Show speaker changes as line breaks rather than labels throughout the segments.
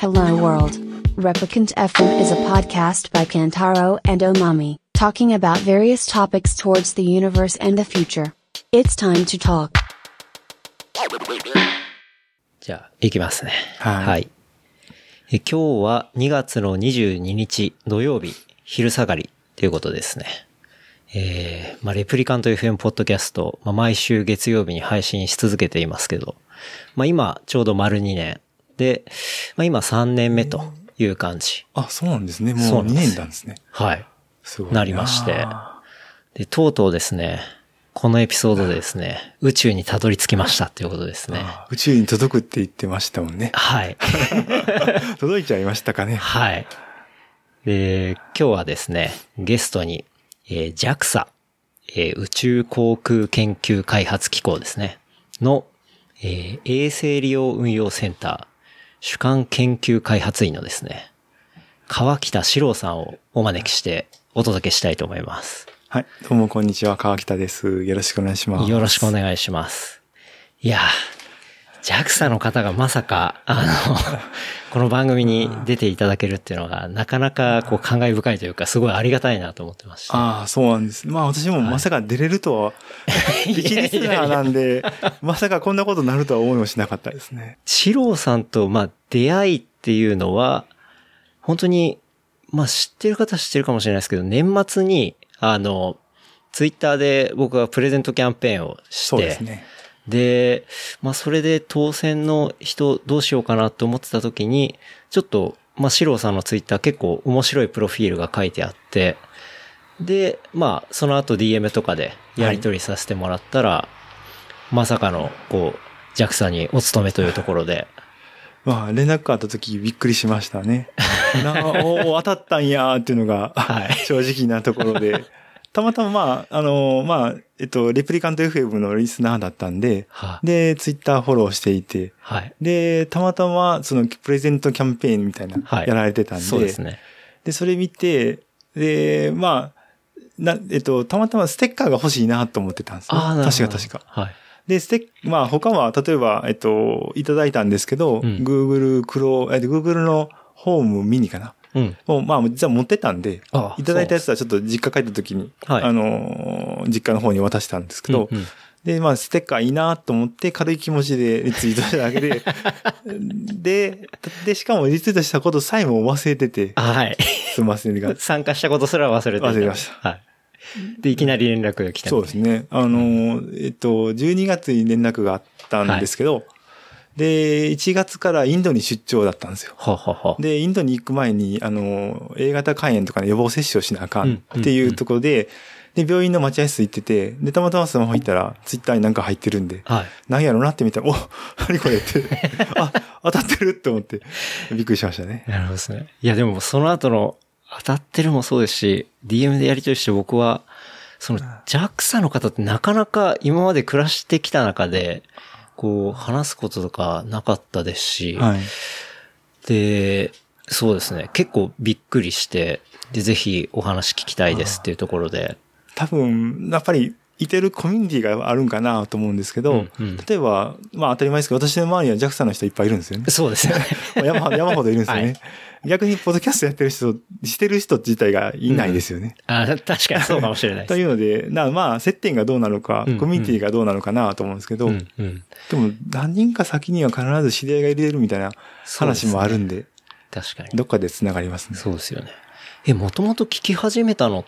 Hello World. Replicant FM is a podcast by Kantaro and Omami, talking about various topics towards the universe and the future. It's time to talk.
じゃあ、いきますね。
はい。
今日は2月の22日土曜日、昼下がりということですね。レプリカント FM ポッドキャスト、毎週月曜日に配信し続けていますけど、今ちょうど丸2年で、今3年目という感じ。
あ、そうなんですね。もう2年なんですね。
はい。
すごい
なりまして。で、とうとうですね、このエピソードでですね、宇宙にたどり着きましたということですね。
宇宙に届くって言ってましたもんね。
はい。
届いちゃいましたかね。
はい。で、今日はですね、ゲストに、JAXA、宇宙航空研究開発機構ですね、の、衛星利用運用センター、主幹研究開発員のですね、川北史郎さんをお招きしてお届けしたいと思います。
はい。どうもこんにちは、川北です。よろしくお願いします。
よろしくお願いします。いやJAXA の方がまさか、この番組に出ていただけるっていうのが、なかなかこう感慨深いというか、すごいありがたいなと思ってました。
ああ、そうなんです。私もまさか出れるとは、リキリスナーなんで、まさかこんなことになるとは思いもしなかったですね。
史郎さんと、出会いっていうのは、本当に、知ってる方は知ってるかもしれないですけど、年末に、ツイッターで僕がプレゼントキャンペーンをして、
そうですね。
で、それで当選の人どうしようかなと思ってた時に、ちょっと、史郎さんのツイッター結構面白いプロフィールが書いてあって、で、その後 DM とかでやり取りさせてもらったら、まさかの、JAXA にお勤めというところで。
連絡があった時びっくりしましたね。当たったんやーっていうのが、正直なところで。たまたまレプリカント FM のリスナーだったんで、で、ツイッターフォローしていて、で、たまたまそのプレゼントキャンペーンみたいな、やられてたんで、
そうですね。
で、それ見て、で、たまたまステッカーが欲しいなと思ってたんですよ。確か。
はい。
で、他は、例えば、いただいたんですけど、Google のホームミニかな。もう、実は持ってたんで、いただいたやつはちょっと実家帰った時に、実家の方に渡したんですけど、で、ステッカーいいなと思って軽い気持ちでリツイートしただけで、で、しかもリツイートしたことさえも忘れてて、すいませんが。
参加したことすら忘れてた。
忘れました。
はい。で、いきなり連絡が来た。
そうですね。12月に連絡があったんですけど、で、1月からインドに出張だったんですよ。で、インドに行く前に、A 型肝炎とかの予防接種をしなあかんっていうところで、で、病院の待合室行ってて、で、たまたまスマホ行ったら、ツイッターになんか入ってるんで、何やろなって見たら、何これって、当たってるって思って、びっくりしましたね。
なるほどですね。いや、でもその後の、当たってるもそうですし、DM でやり取りして僕は、その JAXA の方ってなかなか今まで暮らしてきた中で、話すこととかなかったですし、で、そうですね、結構びっくりして、で、ぜひお話聞きたいですっていうところで。
多分、やっぱり、いてるコミュニティがあるんかなと思うんですけど、例えば、当たり前ですけど、私の周りには JAXA の人いっぱいいるんですよね。
そうですね。
山ほどいるんですよね。逆にポッドキャストやってる人、してる人自体がいないですよね。
確かにそうかもしれないです。
というので、接点がどうなのか、コミュニティがどうなのかなと思うんですけど、でも何人か先には必ず知り合いが入れるみたいな話もあるんで、
確かに。
どっかで繋がりますね。
そうですよね。もともと聞き始めたのって、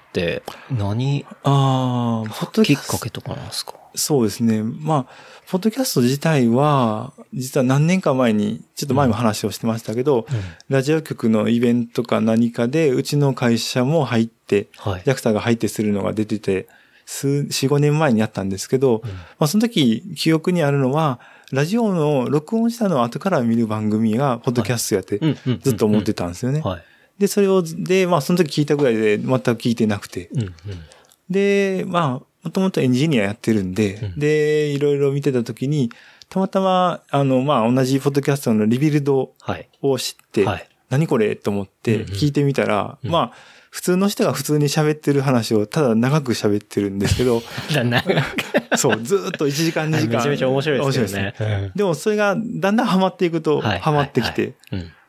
きっかけとかなんですか？
そうですね。ポッドキャスト自体は、実は何年か前に、ちょっと前も話をしてましたけど、ラジオ局のイベントか何かで、うちの会社も入って、JAXA が入ってするのが出てて、4、5年前にやったんですけど、その時、記憶にあるのは、ラジオの録音したのを後から見る番組が、ポッドキャストやって、ずっと思ってたんですよね。で、その時聞いたぐらいで全く聞いてなくて。で、もともとエンジニアやってるんで、で、いろいろ見てた時に、たまたま、同じポッドキャストのリビルドを知って、何これと思って聞いてみたら、普通の人が普通に喋ってる話をただ長く喋ってるんですけど、そう、ずーっと1時間2時間。
めちゃめちゃ面白いですよね。
でもそれがだんだんハマっていくと、ハマってきて、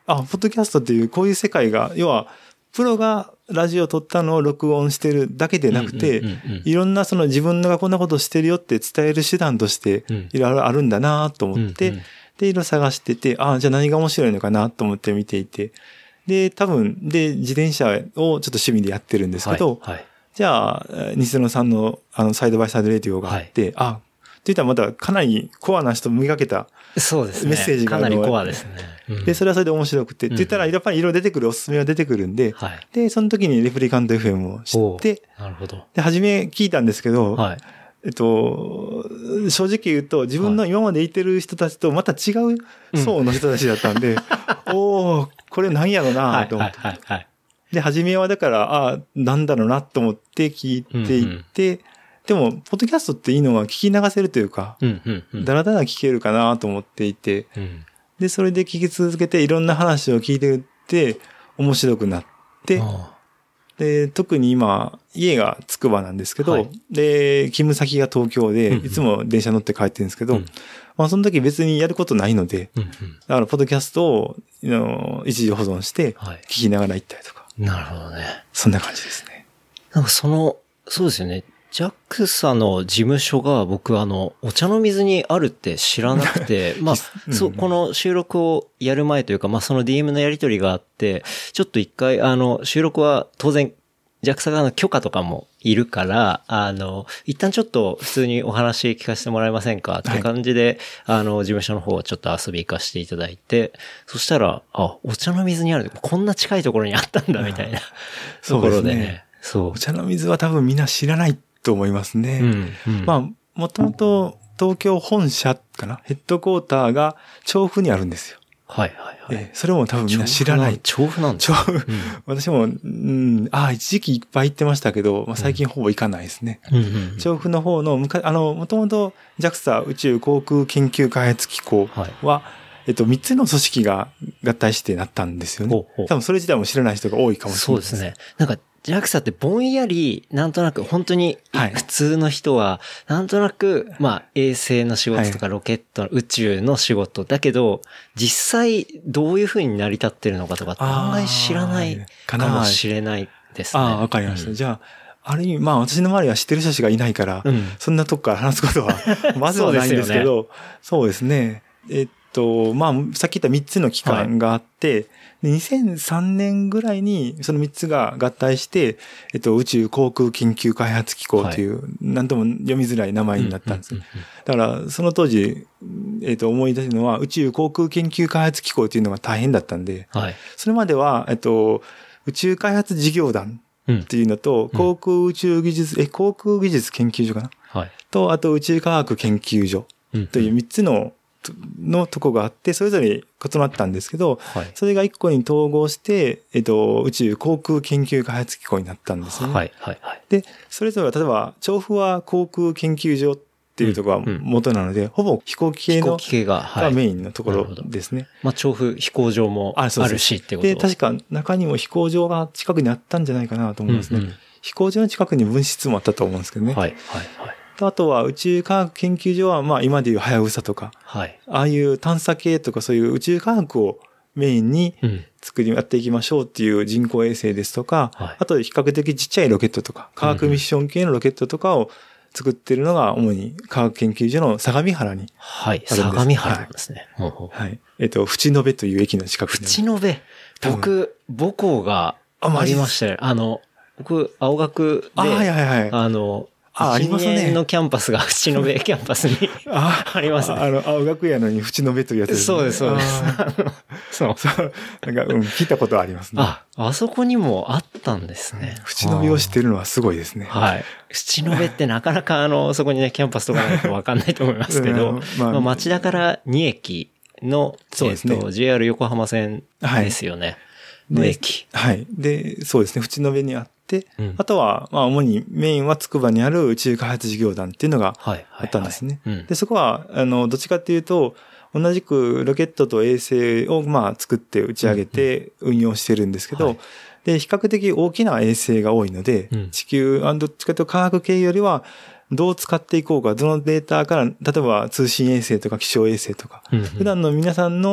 ポッドキャストっていうこういう世界が、要は、プロがラジオを撮ったのを録音してるだけでなくて、いろんなその自分がこんなことしてるよって伝える手段としていろいろあるんだなと思って、で、いろいろ探してて、じゃあ何が面白いのかなと思って見ていて、で、多分、で、自転車をちょっと趣味でやってるんですけど、じゃあ、西野さんのサイドバイサイドレディオがあって、って言ったらまたかなりコアな人見かけた
そうですね。
メッセージがあるの
かなりコアですね。
で、それはそれで面白くて、って言ったらやっぱりいろいろ出てくるおすすめが出てくるんで、で、その時にレプリカント FM を知って、
なるほど。
で、初め聞いたんですけど、正直言うと自分の今までいてる人たちとまた違う層の人たちだったんで、これ何やろなと思って。で、初めはだから、なんだろうなと思って聞いていって、でも、ポッドキャストっていいのは聞き流せるというか、だらだら聞けるかなと思っていて、で、それで聞き続けていろんな話を聞いてって、面白くなって、で、特に今、家がつくばなんですけど、で、勤務先が東京で、いつも電車乗って帰ってるんですけど、その時別にやることないので、だから、ポッドキャストを一時保存して、聞きながら行ったりとか。
なるほどね。
そんな感じですね。
なんかそうですよね。JAXA の事務所が僕お茶の水にあるって知らなくて、この収録をやる前というか、その DM のやり取りがあって、ちょっと一回収録は当然 JAXA 側の許可とかもいるから、一旦ちょっと普通にお話聞かせてもらえませんかって感じで、事務所の方をちょっと遊び行かせていただいて、そしたら、お茶の水にある、こんな近いところにあったんだみたいなところでね。
お茶の水は多分みんな知らないと思いますね。もともと東京本社かな、ヘッドクォーターが調布にあるんですよ。それも多分みんな知らない。
調布なんですか？
私も、一時期いっぱい行ってましたけど、最近ほぼ行かないですね。調布の方の、もともと JAXA 宇宙航空研究開発機構は、3つの組織が合体してなったんですよね。多分それ自体も知らない人が多いかもしれないです。
そうですね。なんか、JAXA ってぼんやり、なんとなく本当に普通の人は、なんとなく、衛星の仕事とかロケットの宇宙の仕事だけど、実際どういう風に成り立ってるのかとか案外知らないかもしれないですね。
わかりました。じゃあ、ある意味、私の周りは知ってる人しかいないから、そんなとこから話すことは、まずはないんですけど、そうですね。さっき言った3つの機関があって、2003年ぐらいにその3つが合体して、宇宙航空研究開発機構という、なんとも読みづらい名前になったんです。だから、その当時、思い出すのは、宇宙航空研究開発機構というのが大変だったんで、それまでは、宇宙開発事業団っていうのと、航空技術研究所かな、と、あと宇宙科学研究所という3つのとこがあって、それぞれ異なったんですけど、それが1個に統合して、宇宙航空研究開発機構になったんですね。で、それぞれ、例えば、調布は航空研究所っていうところが元なので、ほぼ飛行機系がメインのところですね。
調布飛行場もあるしってことで。
確か中にも飛行場が近くにあったんじゃないかなと思いますね。飛行場の近くに分室もあったと思うんですけどね。あとは宇宙科学研究所は、今でいうはやぶさとか、ああいう探査系とかそういう宇宙科学をメインにやっていきましょうっていう人工衛星ですとか、あと比較的ちっちゃいロケットとか、科学ミッション系のロケットとかを作ってるのが主に科学研究所の相模原にあるんです。
相模原ですね。
淵野辺という駅の近くに。
淵野辺。僕、母校がありましたよ。僕、青学で、ありますね。のキャンパスが淵野辺キャンパスにありますね。
青学やのに淵野辺というやつですね。
そうです、そうです。
そう。なんか、聞いたことありますね。
あそこにもあったんですね。
淵野辺を知ってるのはすごいですね。
淵野辺ってなかなかそこにね、キャンパスとかないとわかんないと思いますけど、町田から2駅の、JR 横浜線ですよね。の駅。
で、そうですね、淵野辺にあって、あとは、主にメインは筑波にある宇宙開発事業団っていうのがあったんですね。で、そこは、どっちかっていうと、同じくロケットと衛星を、作って打ち上げて運用してるんですけど、で、比較的大きな衛星が多いので、地球、どっちかというと科学系よりは、どう使っていこうか、どのデータから、例えば通信衛星とか気象衛星とか、普段の皆さんの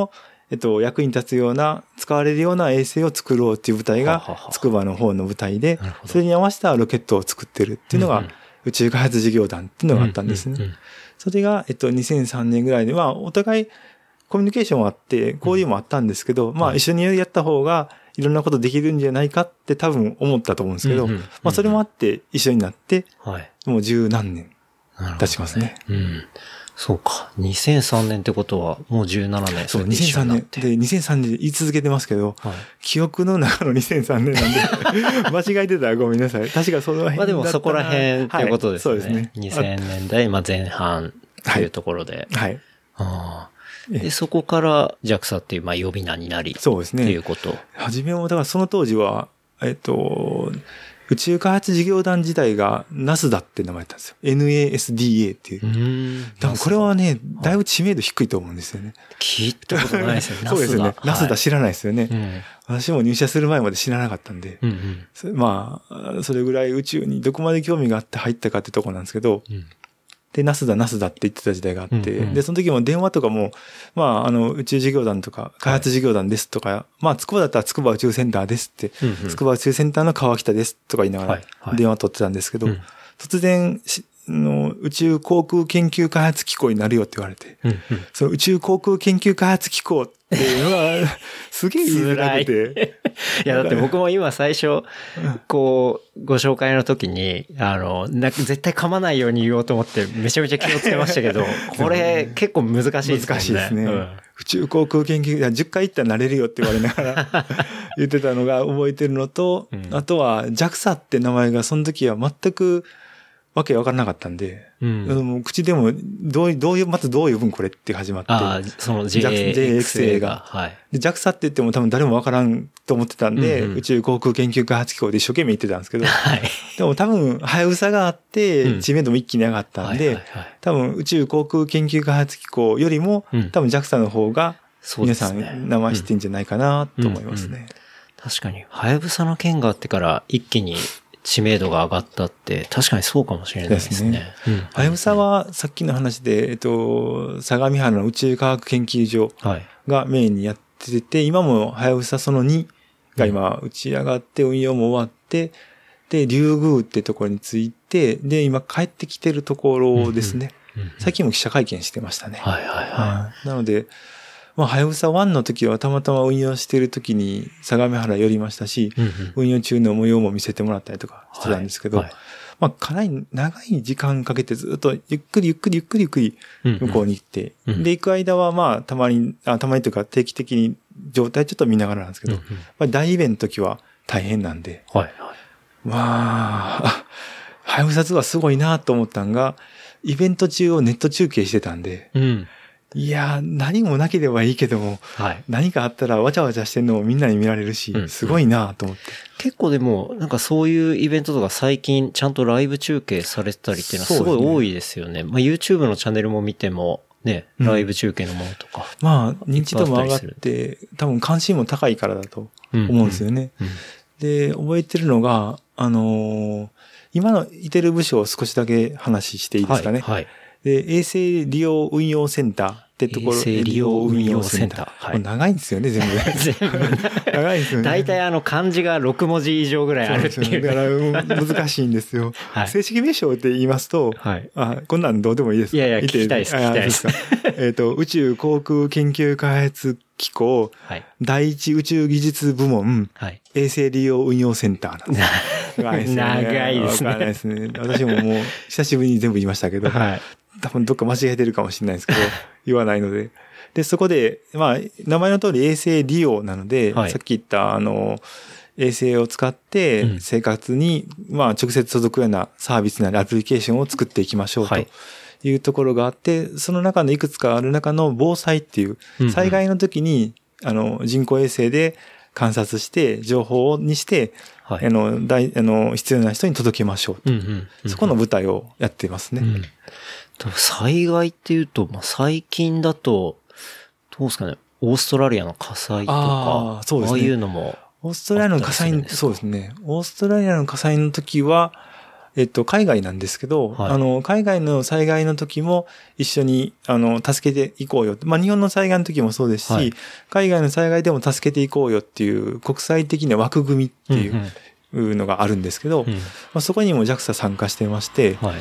役に立つような、使われるような衛星を作ろうっていう部隊が、筑波の方の部隊で、それに合わせたロケットを作ってるっていうのが、宇宙開発事業団っていうのがあったんですね。それが、2003年ぐらいでは、お互いコミュニケーションもあって、交流もあったんですけど、まあ一緒にやった方が、いろんなことできるんじゃないかって多分思ったと思うんですけど、まあそれもあって一緒になって、もう十何年経ちますね。
そうか。2003年ってことは、もう17年。
そう、2003年。で、2003年で言い続けてますけど、記憶の中の2003年なんで、間違えてたらごめんなさい。確かその辺だった。
まあでもそこら辺っていうことですね。
そうですね。
2000年代、まあ前半というところで。
はい。
で、そこから JAXA っていう、まあ呼び名になり。
そうですね。
っていうこと。
はじめも、だからその当時は、宇宙開発事業団自体が NASDA って名前だったんですよ。NASDA っていう。だからこれはね、だいぶ知名度低いと思うんですよね。
聞いたことないですよね。
そうですよね。NASDA 知らないですよね。私も入社する前まで知らなかったんで。まあ、それぐらい宇宙にどこまで興味があって入ったかってとこなんですけど、で、ナスダって言ってた時代があって、で、その時も電話とかも、まあ、宇宙事業団とか、開発事業団ですとか、まあ、筑波だったら筑波宇宙センターですって、筑波宇宙センターの川北ですとか言いながら電話取ってたんですけど、突然、宇宙航空研究開発機構になるよって言われて、その宇宙航空研究開発機構っていうのは、すげえ言いづらくて。
いや、だって僕も今最初、こう、ご紹介の時に、絶対噛まないように言おうと思って、めちゃめちゃ気をつけましたけど、これ結構難しいですね。
難しいですね。宇宙航空研究、10回言ったらなれるよって言われながら言ってたのが覚えてるのと、あとは JAXA って名前がその時は全く、わけわからなかったんで、口でも、まずどういう分これって始まって。
その JXA が。
で、JAXA って言っても多分誰もわからんと思ってたんで、宇宙航空研究開発機構で一生懸命言ってたんですけど、でも多分、はやぶさがあって、知名度も一気に上がったんで、多分宇宙航空研究開発機構よりも、多分 JAXA の方が、皆さん名前知ってんじゃないかなと思いますね。
確かに、はやぶさの件があってから一気に、知名度が上がったって確かにそうかもしれないですね。
はやぶさはさっきの話で、相模原の宇宙科学研究所がメインにやってて、今もはやぶさその2が今打ち上がって運用も終わって、で、リュウグウってところについて、で、今帰ってきてるところですね。最近も記者会見してましたね。なので、まあ、はやぶさ1の時はたまたま運用している時に相模原寄りましたし、運用中の模様も見せてもらったりとかしてたんですけど、まあ、かなり長い時間かけてずっとゆっくり向こうに行って、で、行く間はまあ、たまにというか定期的に状態ちょっと見ながらなんですけど、大イベントの時は大変なんで、まあ、はやぶさ2はすごいなと思ったんが、イベント中をネット中継してたんで、いやー、何もなければいいけども、何かあったらわちゃわちゃしてんのもみんなに見られるし、すごいなと思って。
結構でも、なんかそういうイベントとか最近ちゃんとライブ中継されてたりっていうのはすごい多いですよね。まあ YouTube のチャンネルも見ても、ね、ライブ中継のものとか。
まあ、認知度も上がって、多分関心も高いからだと思うんですよね。で、覚えてるのが、今のいてる部署を少しだけ話していいですかね。で、衛星利用運用センターってところ。
衛星利用運用センター。
長いんですよね、全部。長いんですよね。
大体漢字が6文字以上ぐらいあるっていう。
だから難しいんですよ。正式名称って言いますと、こんなんどうでもいいですか？
いやいや、聞きたいです、聞きたいです。
宇宙航空研究開発機構、第一宇宙技術部門、衛星利用運用センターなんです。長
いですね。
わかんないですね。私ももう久しぶりに全部言いましたけど、多分どっか間違えてるかもしれないですけど、言わないので。で、そこで、まあ、名前の通り衛星利用なので、さっき言った衛星を使って生活に、まあ、直接届くようなサービスなりアプリケーションを作っていきましょうというところがあって、その中のいくつかある中の防災っていう、災害の時に、人工衛星で観察して、情報にして、必要な人に届けましょうと。そこの舞台をやっていますね。
災害っていうと、まあ、最近だと、どうですかね、オーストラリアの火災とか、ああいうのも。
オーストラリアの火災、そうですね。オーストラリアの火災の時は、 海外なんですけど、
はい、
海外の災害の時も一緒に、助けていこうよ。まあ、日本の災害の時もそうですし、はい、海外の災害でも助けていこうよっていう国際的な枠組みっていうのがあるんですけど、まあ、そこにも JAXA 参加してまして、はい、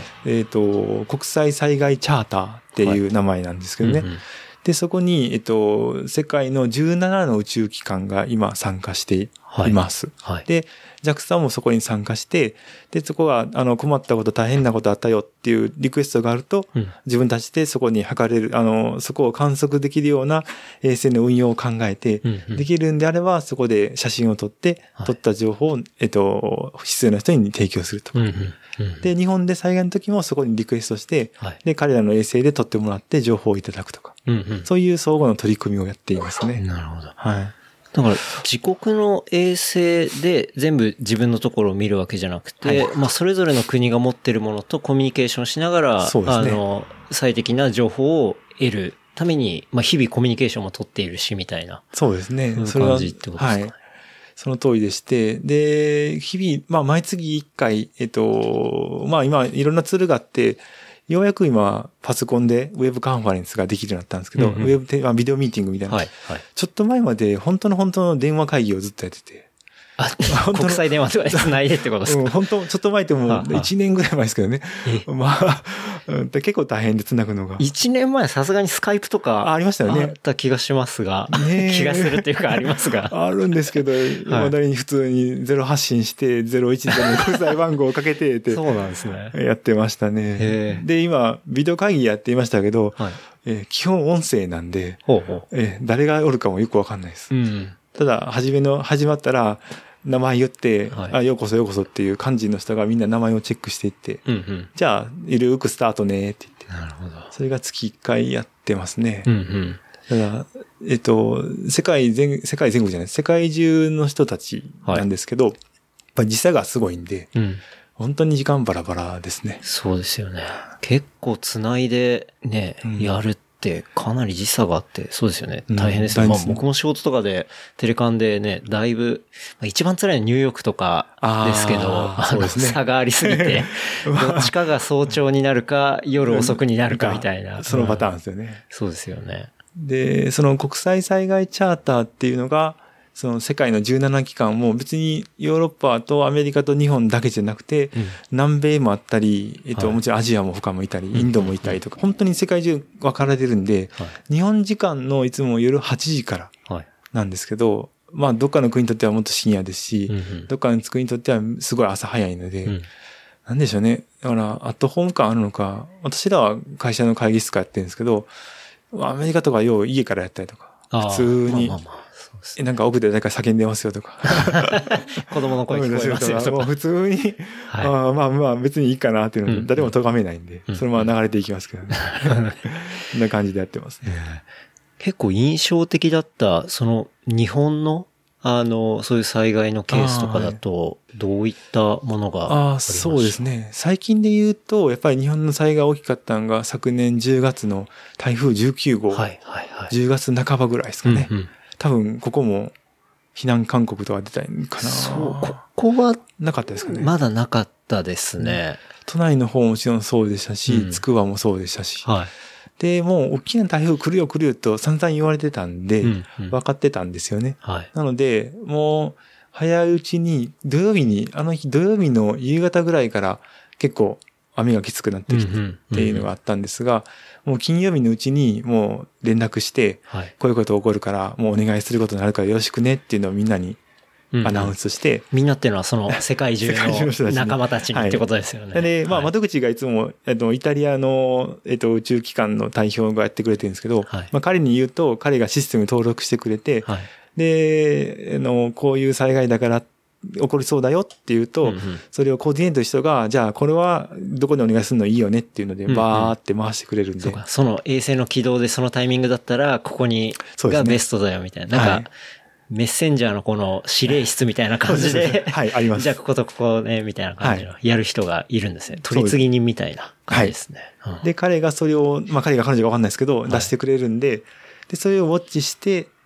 国際災害チャーターっていう名前なんですけどね。で、そこに、世界の17の宇宙機関が今参加しています。はいはい、で、JAXA もそこに参加して、で、そこが、困ったこと、大変なことあったよっていうリクエストがあると、自分たちでそこに測れる、そこを観測できるような衛星の運用を考えて、できるんであれば、そこで写真を撮って、撮った情報を、必要な人に提供するとか。で、日本で災害の時もそこにリクエストして、で、彼らの衛星で撮ってもらって情報をいただくとか。そういう相互の取り組みをやっていますね。
なるほど。
はい。
だから自国の衛星で全部自分のところを見るわけじゃなくて、はい、まあそれぞれの国が持ってるものとコミュニケーションしながら、そうですね、最適な情報を得るために、まあ日々コミュニケーションも取っているしみたいな。
そうですね。
そういう感じってことですかね。はい。
その通りでして、で、日々、まあ毎月1回、まあ今いろんなツールがあって、ようやく今、パソコンでウェブカンファレンスができるようになったんですけど、ウェブで、ビデオミーティングみたいな。はいはい、ちょっと前まで本当の電話会議をずっとやってて。
国際電話とかで繋いでってことですか？
本当ちょっと前ってもう1年ぐらい前ですけどね。まあ、結構大変で繋ぐのが。
1年前さすがにスカイプとか
ありましたよね。
あった気がしますが、気がするっていうかありますが。
あるんですけど、未だに普通にゼロ発信して010の国際番号をかけてって。
そうなんですね。
やってましたね。で、今、ビデオ会議やっていましたけど、基本音声なんで、誰がおるかもよくわかんないです。ただ、始まったら、名前言って、ようこそようこそっていう幹事の人がみんな名前をチェックしていって、じゃあ、ゆるくスタートねって言って。なるほど。それが月1回やってますね。ただ、世界全国じゃない、世界中の人たちなんですけど、やっぱり時差がすごいんで、本当に時間バラバラですね。
そうですよね。結構繋いでね、やるってかなり時差があって、そうですよね。大変ですよ。まあ僕も仕事とかでテレカンでね、だいぶ、一番辛いのはニューヨークとかですけど、そうですね、差がありすぎて、どっちかが早朝になるか、夜遅くになるかみたいな。
そのパターンですよね。
そうですよね。
で、その国際災害チャーターっていうのが、その世界の17機関も別にヨーロッパとアメリカと日本だけじゃなくて、南米もあったり、もちろんアジアも他もいたり、インドもいたりとか、本当に世界中分かれてるんで、日本時間のいつも夜8時からなんですけど、まあどっかの国にとってはもっと深夜ですし、どっかの国にとってはすごい朝早いので、なんでしょうね。だからアットホーム感あるのか、私らは会社の会議室からやってるんですけど、アメリカとかよう家からやったりとか、普通に、なんか奥で誰か叫んでますよとか。
子供の声聞こえますよとか。
もう普通に、まあ別にいいかなっていうので、誰も咎めないんで、そのまま流れていきますけどね。こんな感じでやってますね。
結構印象的だった、その日本の、そういう災害のケースとかだと、どういったものがありました？
そうですね。最近で言うと、やっぱり日本の災害大きかったのが、昨年10月の台風19号。10月半ばぐらいですかね。多分、ここも避難勧告とか出たんかな。
そう、ここは
なかったですかね。
まだなかったですね。
都内の方ももちろんそうでしたし、つくばもそうでしたし。で、もう大きな台風来るよと散々言われてたんで、分かってたんですよね。なので、もう早いうちに土曜日の夕方ぐらいから結構雨がきつくなってきてっていうのがあったんですが、もう金曜日のうちにもう連絡して、こういうこと起こるからもうお願いすることになるからよろしくねっていうのをみんなにアナウンスして。
みんなっていうのはその世界中の仲間たちにってことですよね。
で、まあ窓口がいつも、イタリアの、宇宙機関の代表がやってくれてるんですけど、まあ彼に言うと彼がシステムに登録してくれて、で、こういう災害だから起こりそうだよっていうと、それをコーディネートした人が、じゃあこれはどこにお願いするのいいよねっていうので、バーって回してくれるんで。
その衛星の軌道でそのタイミングだったら、ここにがベストだよみたいな。なんか、メッセンジャーのこの指令室みたいな感じで、
あります。
じゃあこことここね、みたいな感じのやる人がいるんですね。取り次ぎ人みたいな感じですね。
で、彼がそれを、まあ彼が彼女がわかんないですけど、出してくれるんで、で、それをウォッチして、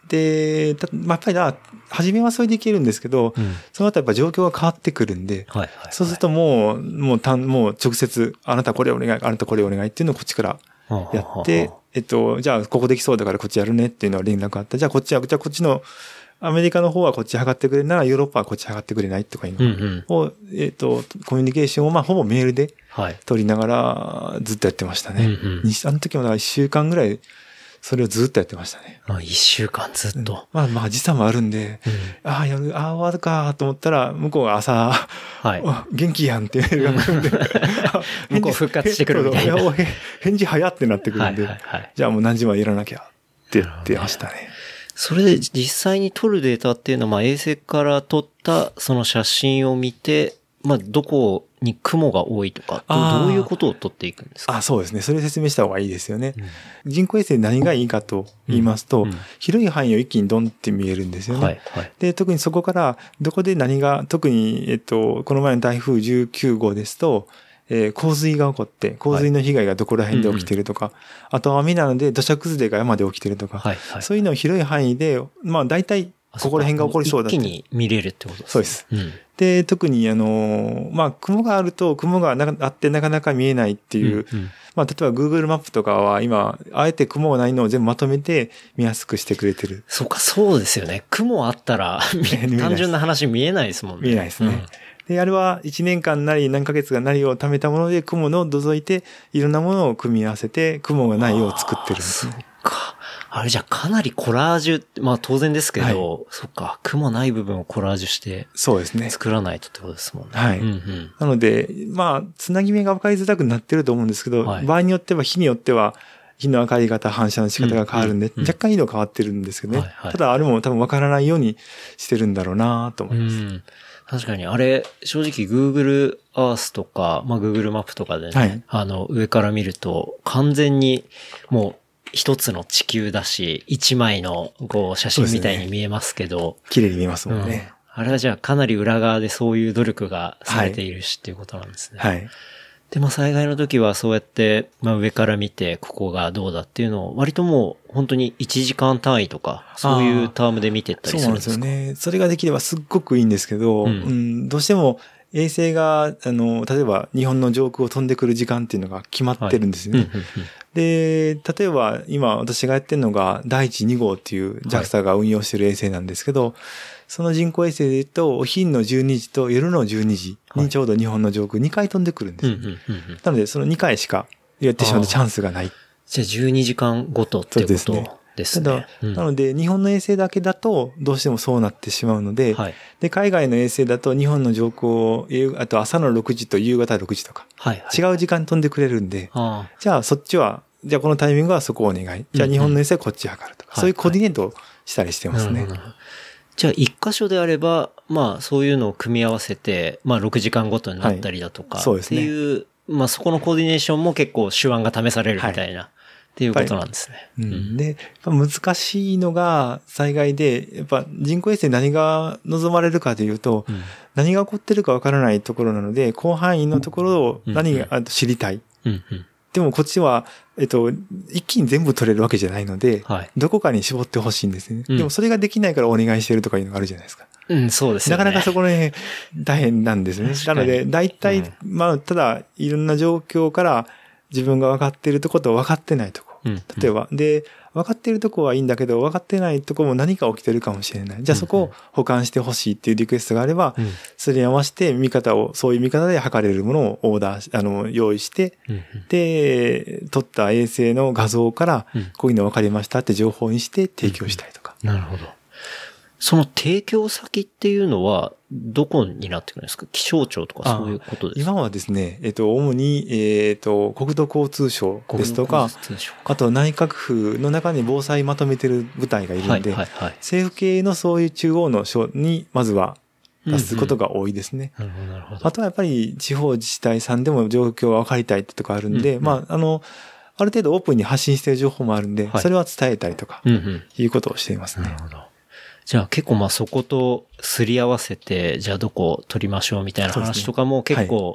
で、やっぱり初めはそれでいけるんですけど、その後やっぱ状況が変わってくるんで、そうするともう直接、あなたこれお願い、あなたこれお願いっていうのをこっちからやって、じゃあここできそうだからこっちやるねっていうのは連絡があった。じゃあこっちの、アメリカの方はこっち測ってくれるならヨーロッパはこっち測ってくれないとかいうのを、コミュニケーションをほぼメールで取りながらずっとやってましたね。あの時も1週間ぐらいそれをずっとやってましたね。
1週間ずっと。
時差もあるんで、終わるかと思ったら、向こうが朝、元気やんってメールが来るんで、
向こう復活してくるみたいな。
返事早ってなってくるんで、じゃあもう何時までやらなきゃって言ってましたね。
それで実際に撮るデータっていうのは、衛星から撮ったその写真を見て、どこに雲が多いとか、どういうことを撮っていくんですか？
そうですね。それ説明した方がいいですよね。人工衛星何がいいかと言いますと、広い範囲を一気にドンって見えるんですよね。で、特にそこからどこで何が、特に、この前の台風19号ですと、洪水が起こって、洪水の被害がどこら辺で起きているとか、あとは雨なので土砂崩れが山で起きているとか、そういうのを広い範囲で、大体ここら辺が起こりそうだって。
一気に見れるってことですね。
そうです。で、特に雲があると雲があってなかなか見えないっていう、例えば Google マップとかは今、あえて雲がないのを全部まとめて見やすくしてくれてる。
そうですよね。雲あったら、単純な話見えないですもんね。
見えないですね。で、あれは1年間なり何ヶ月がなりを貯めたもので雲を除いていろんなものを組み合わせて雲がないよう作ってるんですね。
そっか。あれじゃかなりコラージュ、当然ですけど、そっか、雲ない部分をコラージュして、そうですね。作らないとってことですもんね。
はい。なので、つなぎ目が分かりづらくなってると思うんですけど、場合によっては、日によっては、日の明かり方、反射の仕方が変わるんで、若干色変わってるんですけどね。ただ、あれも多分分からないようにしてるんだろうなと思います。
確かに、あれ、正直 Google Earth とか、Google マップとかでね、上から見ると、完全にもう一つの地球だし、一枚の写真みたいに見えますけど。
綺麗に見えますもんね。
あれはじゃあかなり裏側でそういう努力がされているしっていうことなんですね。はい。で、災害の時はそうやって、上から見て、ここがどうだっていうのを、割ともう本当に1時間単位とか、そういうタームで見てったりするんですか？
そうなんですよね。それができればすっごくいいんですけど、どうしても衛星が、例えば日本の上空を飛んでくる時間っていうのが決まってるんですよね。で、例えば今私がやってるのが第一2号っていう JAXA が運用してる衛星なんですけど、その人工衛星で言うと、お昼の12時と夜の12時にちょうど日本の上空2回飛んでくるんです。なので、その2回しかやってしまうチャンスがない。
じゃあ12時間ごとってことですね。
ただ、なので、日本の衛星だけだと、どうしてもそうなってしまうので、で、海外の衛星だと、日本の上空を、あと朝の6時と夕方6時とか、違う時間に飛んでくれるんで、じゃあそっちは、じゃあこのタイミングはそこをお願い。じゃあ日本の衛星はこっち測るとか、そういうコーディネートをしたりしてますね。
じゃあ一箇所であれば、そういうのを組み合わせて、6時間ごとになったりだとか、っていう、そこのコーディネーションも結構手腕が試されるみたいな、っていうことなんですね。
で、難しいのが災害で、やっぱ人工衛星何が望まれるかというと、何が起こってるかわからないところなので、広範囲のところを何が知りたい。でもこっちは、一気に全部取れるわけじゃないので、どこかに絞ってほしいんですね。でもそれができないからお願いしてるとかいうのがあるじゃないですか。
そうですね。
なかなかそこね、大変なんですね。なので、大体、ただ、いろんな状況から自分が分かっているとこと分かってないとこ。例えば、で、分かっているとこはいいんだけど、分かってないとこも何か起きてるかもしれない。じゃあそこを保管してほしいっていうリクエストがあれば、それに合わせてそういう見方で測れるものをオーダー用意して、で、撮った衛星の画像から、こういうの分かりましたって情報にして提供したりとか。
なるほど。その提供先っていうのは、どこになってくるんですか？気象庁とかそういうことですか？
今はですね、主に、国土交通省ですとか、あと内閣府の中に防災まとめてる部隊がいるんで、政府系のそういう中央の省に、まずは出すことが多いですね。あとはやっぱり地方自治体さんでも状況が分かりたいってとこあるんで、ある程度オープンに発信している情報もあるんで、それは伝えたりとか、いうことをしていますね。なるほど。
じゃあ結構そことすり合わせて、じゃあどこを取りましょうみたいな話とかも結構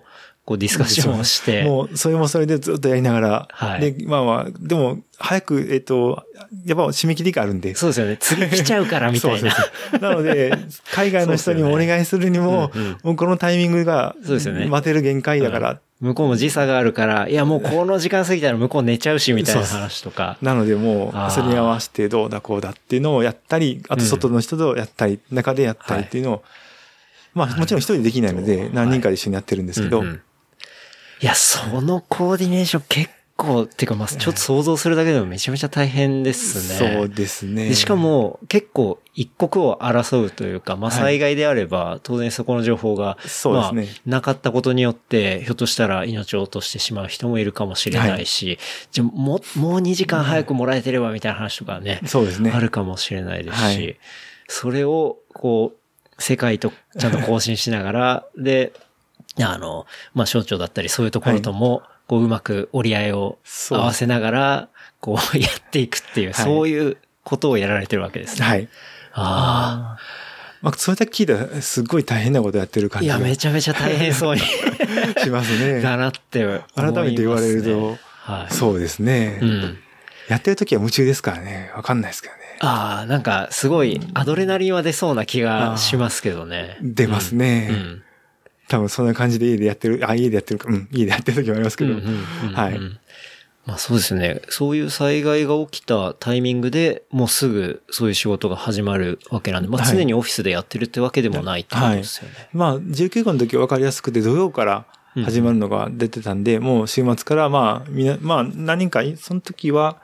こうディスカッションをして。
もう、それもそれでずっとやりながら。
はい。
で、まあまあ、でも、早く、やっぱ締め切りがあるんで。
そうですよね。次来ちゃうからみたいな。
そうなので、海外の人にもお願いするにも、もうこのタイミングが、そうですよね。待てる限界だから。
向こうも時差があるから、いやもうこの時間過ぎたら向こう寝ちゃうしみたいな話とか。
なのでもう、それに合わせてどうだこうだっていうのをやったり、あと外の人とやったり、中でやったりっていうのを、まあもちろん一人できないので、何人かで一緒にやってるんですけど。
いや、そのコーディネーション結構、っていうかまあちょっと想像するだけでもめちゃめちゃ大変です
ね。そうですね。
でしかも結構一刻を争うというか、まあ災害であれば当然そこの情報が、
そうですね。
なかったことによってひょっとしたら命を落としてしまう人もいるかもしれないし、じゃもう2時間早くもらえてればみたいな話とかね、
そうですね。
あるかもしれないですし、それをこう世界とちゃんと更新しながら、で、まあ省庁だったりそういうところとも、こううまく折り合いを合わせながら、こうやっていくっていう、そういうことをやられてるわけですね。
はい。
ああ。
まあ、それだけ聞いたらすっごい大変なことやってる感じが。
いや、めちゃめちゃ大変そうに
しますね。
だなって思いますね。
改めて言われると、はい、そうですね。うん。やってる時は夢中ですからね。わかんないですけどね。
ああ、なんかすごいアドレナリンは出そうな気がしますけどね。
出ますね。うん多分そんな感じで家でやってるか、家でやってる時もありますけど。はい。
まあそうですね。そういう災害が起きたタイミングでもうすぐそういう仕事が始まるわけなんで、まあ常にオフィスでやってるってわけでもないってことですよね。はい、
まあ19号の時は分かりやすくて土曜から始まるのが出てたんで、もう週末からまあ何人か、その時は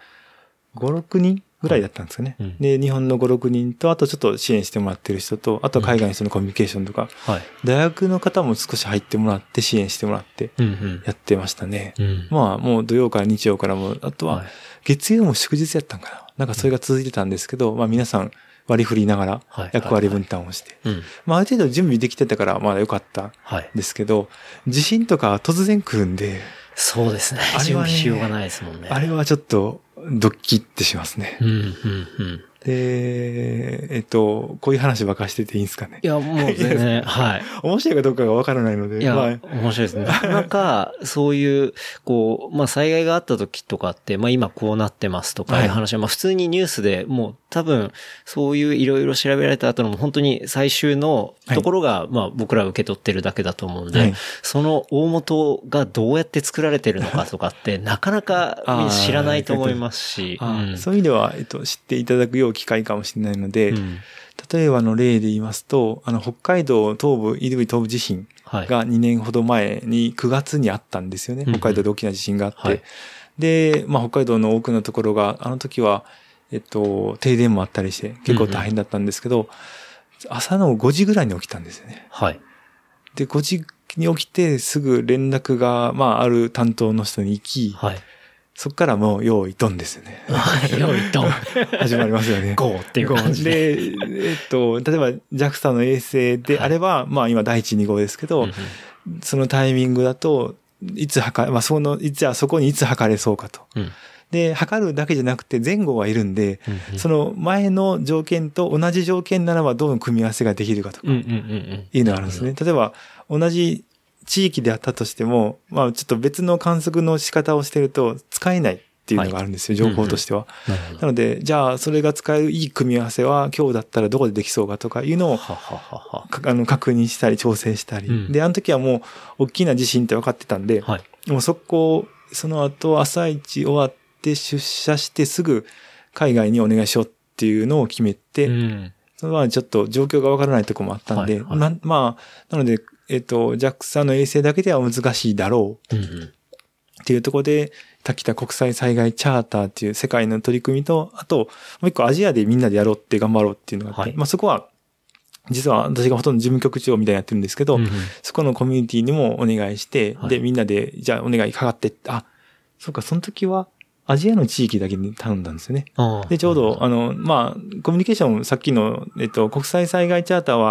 5、6人ぐらいだったんですかね。で、日本の5、6人と、あとちょっと支援してもらってる人と、あと海外の人のコミュニケーションとか、大学の方も少し入ってもらって支援してもらってやってましたね。まあもう土曜から日曜からも、あとは月曜も祝日やったんかな。なんかそれが続いてたんですけど、まあ皆さん割り振りながら役割分担をして、まあある程度準備できてたからまだ良かったんですけど、地震とか突然来るんで、
そうですね。準備しようがないですもんね。
あれはちょっとドッキってしますね。で、こういう話ばっかしてていいんですかね。
いや、もう全然、はい。
面白いかどうかがわからないので。
いや、面白いですね。なかなか、そういう、こう、まあ、災害があった時とかって、まあ、今こうなってますとかいう話は、まあ、普通にニュースでもう多分、そういういろいろ調べられた後の本当に最終のところが、まあ、僕ら受け取ってるだけだと思うんで、その大元がどうやって作られてるのかとかって、なかなか知らないと思いますし。
そういう意味では、知っていただくよう機会かもしれないので、例えばの例で言いますと、北海道東部、胆振東部地震が2年ほど前に9月にあったんですよね。北海道で大きな地震があって。で、まあ北海道の多くのところが、あの時は、停電もあったりして結構大変だったんですけど、朝の5時ぐらいに起きたんですよね。で、5時に起きてすぐ連絡が、まあある担当の人に行き、そっからもう、用意ドンですよね。
用意ドン。
始まりますよね。
ゴーっていう感じで。
で、例えば JAXA の衛星であれば、まあ今第1、2号ですけど、そのタイミングだと、いつそこにいつ測れそうかと。で、測るだけじゃなくて前後はいるんで、その前の条件と同じ条件ならばどの組み合わせができるかとか、いうのがあるんですね。例えば、同じ地域であったとしても、まあちょっと別の観測の仕方をしてると使えないっていうのがあるんですよ、情報としては。なので、じゃあそれが使えるいい組み合わせは今日だったらどこでできそうかとかいうのを確認したり調整したり。で、あの時はもう大きな地震って分かってたんで、もうその後朝一終わって出社してすぐ海外にお願いしようっていうのを決めて、そのままちょっと状況が分からないところもあったんで、まあ、なので、JAXA の衛星だけでは難しいだろう。っていうところで、滝田国際災害チャーターっていう世界の取り組みと、あと、もう一個アジアでみんなでやろうって頑張ろうっていうのがあって、まあそこは、実は私がほとんど事務局長みたいにやってるんですけど、そこのコミュニティにもお願いして、で、みんなで、じゃあお願いかかって、そうか、その時は、アジアの地域だけに頼んだんですよね。で、ちょうど、まあ、コミュニケーション、さっきの、国際災害チャーターは、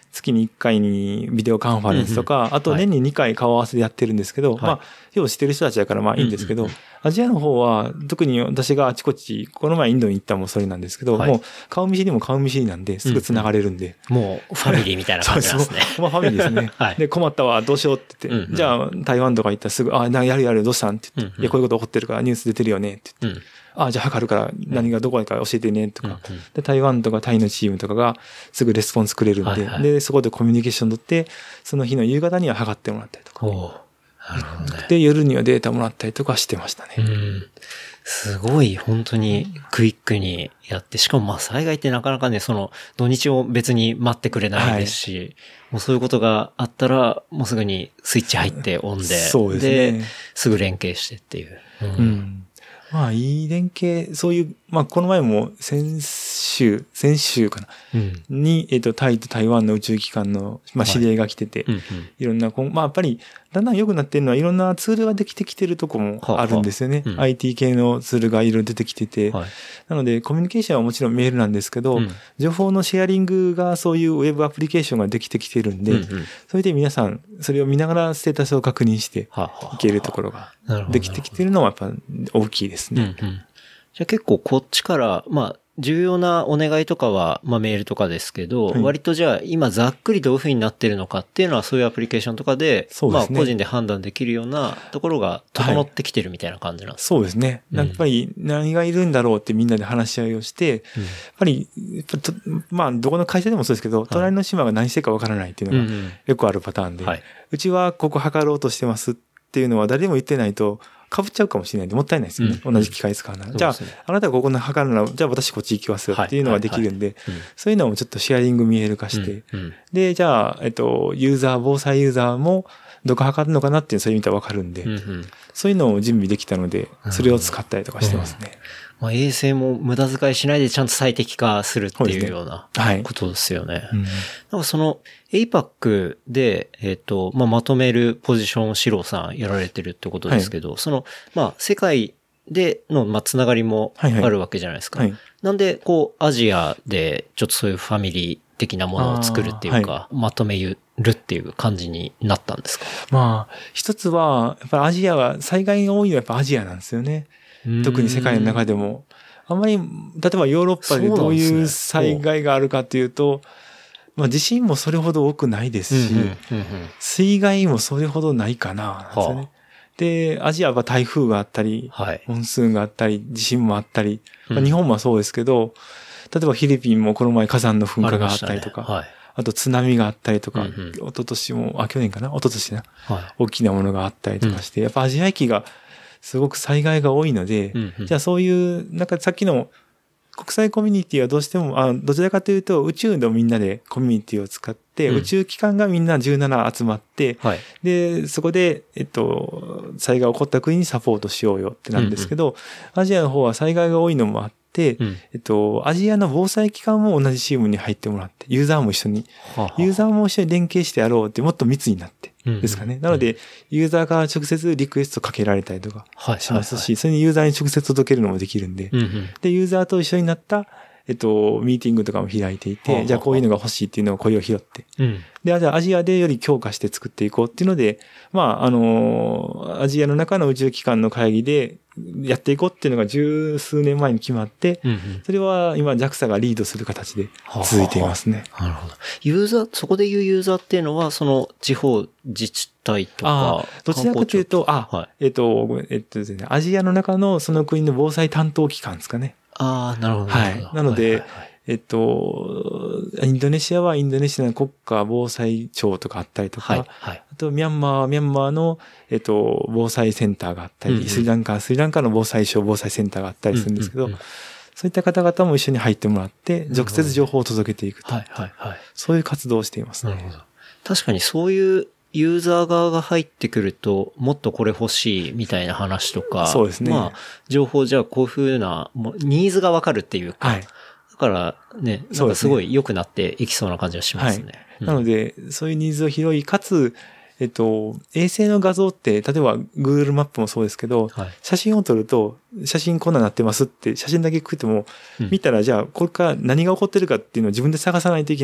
月に1回にビデオカンファレンスとか、あと年に2回顔合わせでやってるんですけど、まあ、ようしてる人たちだからまあいいんですけど、アジアの方は、特に私があちこち、この前インドに行ったもそれなんですけど、もう顔見知りも顔見知りなんで、すぐ繋がれるんで。
もうファミリーみたいな感じなんですね。
まあファミリーですね。で、困ったわ、どうしようって言って、じゃあ台湾とか行ったらすぐ、やるどうしたんって言って、いや、こういうこと起こってるからニュース出てるよねって言って、じゃあ測るから何がどこか教えてねとか、で、台湾とかタイのチームとかがすぐレスポンスくれるんで、で、そこでコミュニケーション取って、その日の夕方には測ってもらったりとか。
なるほどね。
で、夜にはデータもらったりとかしてましたね。
すごい、本当にクイックにやって、しかもまあ災害ってなかなかね、その土日を別に待ってくれないですし、もうそういうことがあったら、もうすぐにスイッチ入ってオンで、
そうですね。
で、すぐ連携してっていう。
まあ、いい連携、そういう、まあ、この前も先週かな、に、タイと台湾の宇宙機関の、まあ、知り合いが来てて、いろんな、まあ、やっぱり、だんだん良くなってるのは、いろんなツールができてきてるとこもあるんですよね。IT 系のツールがいろいろ出てきてて、なので、コミュニケーションはもちろんメールなんですけど、情報のシェアリングがそういうウェブアプリケーションができてきてるんで、それで皆さん、それを見ながらステータスを確認していけるところができてきてるのはやっぱ大きいですね。
じゃあ結構こっちから、まあ、重要なお願いとかは、まあメールとかですけど、割とじゃあ今ざっくりどういう風になってるのかっていうのはそういうアプリケーションとかで、まあ個人で判断できるようなところが整ってきてるみたいな感じなんですか？
そうですね。やっぱり何がいるんだろうってみんなで話し合いをして、やっぱり、まあどこの会社でもそうですけど、隣の島が何してるかわからないっていうのがよくあるパターンで、うちはここ測ろうとしてますっていうのは誰でも言ってないと、被っちゃうかもしれないんで、もったいないですよね。同じ機械使うなら。じゃあ、あなたがここの測るなら、じゃあ私こっち行きますよっていうのができるんで、そういうのもちょっとシェアリング見える化して、で、じゃあ、防災ユーザーもどこ測るのかなっていうのをそういう意味ではわかるんで、そういうのを準備できたので、それを使ったりとかしてますね。
まあ、衛星も無駄遣いしないでちゃんと最適化するっていうようなことですよね。なんかその APAC で、まあ、まとめるポジションをシローさんやられてるってことですけど、その、まあ、世界での、まあ、つながりもあるわけじゃないですか。なんで、こう、アジアでちょっとそういうファミリー的なものを作るっていうか、まとめるっていう感じになったんですか？
まあ、一つは、やっぱりアジアは、災害が多いのはやっぱアジアなんですよね。特に世界の中でも。あんまり、例えばヨーロッパでどういう災害があるかというと、まあ地震もそれほど多くないですし、水害もそれほどないかな、なんですよね。で、アジアは台風があったり、モンスーンがあったり、地震もあったり、まあ、日本もそうですけど、例えばフィリピンもこの前火山の噴火があったりとか、あと津波があったりとか、去年かな一昨年な、大きなものがあったりとかして、やっぱアジア域がすごく災害が多いので、じゃあそういう、なんかさっきの国際コミュニティはどうしても、どちらかというと宇宙のみんなでコミュニティを使って、宇宙機関がみんな17集まって、で、そこで、災害が起こった国にサポートしようよってなんですけど、アジアの方は災害が多いのもあって、アジアの防災機関も同じチームに入ってもらって、ユーザーも一緒に連携してやろうってもっと密になって、ですかね。なので、ユーザーが直接リクエストかけられたりとかしますし、それにユーザーに直接届けるのもできるんで、で、ユーザーと一緒になった、ミーティングとかも開いていて、じゃあこういうのが欲しいっていうのを声を拾って、で、じゃあアジアでより強化して作っていこうっていうので、まあ、アジアの中の宇宙機関の会議でやっていこうっていうのが十数年前に決まって、それは今 JAXA がリードする形で続いていますね。
なるほど。そこでいうユーザーっていうのは、その地方自治体とか。
どちらかというと、ですね、アジアの中のその国の防災担当機関ですかね。
なるほど。
なので、インドネシアはインドネシアの国家防災庁とかあったりとか、あとミャンマーはミャンマーの、防災センターがあったり、スリランカの防災省防災センターがあったりするんですけど、そういった方々も一緒に入ってもらって、直接情報を届けていくと。そういう活動をしていますね。
なるほど。確かにそういうユーザー側が入ってくると、もっとこれ欲しいみたいな話とか、
そうですね。
まあ、情報じゃあこういうふうな、ニーズがわかるっていうか、だからね、なんかすごい良くなっていきそうな感じがしますね。
なので、そういうニーズを拾い、かつ、衛星の画像って、例えば Google マップもそうですけど、写真を撮ると、写真こんなになってますって、写真だけ食っても、見たらじゃあ、これから何が起こってるかっていうのを自分で探さないといけない。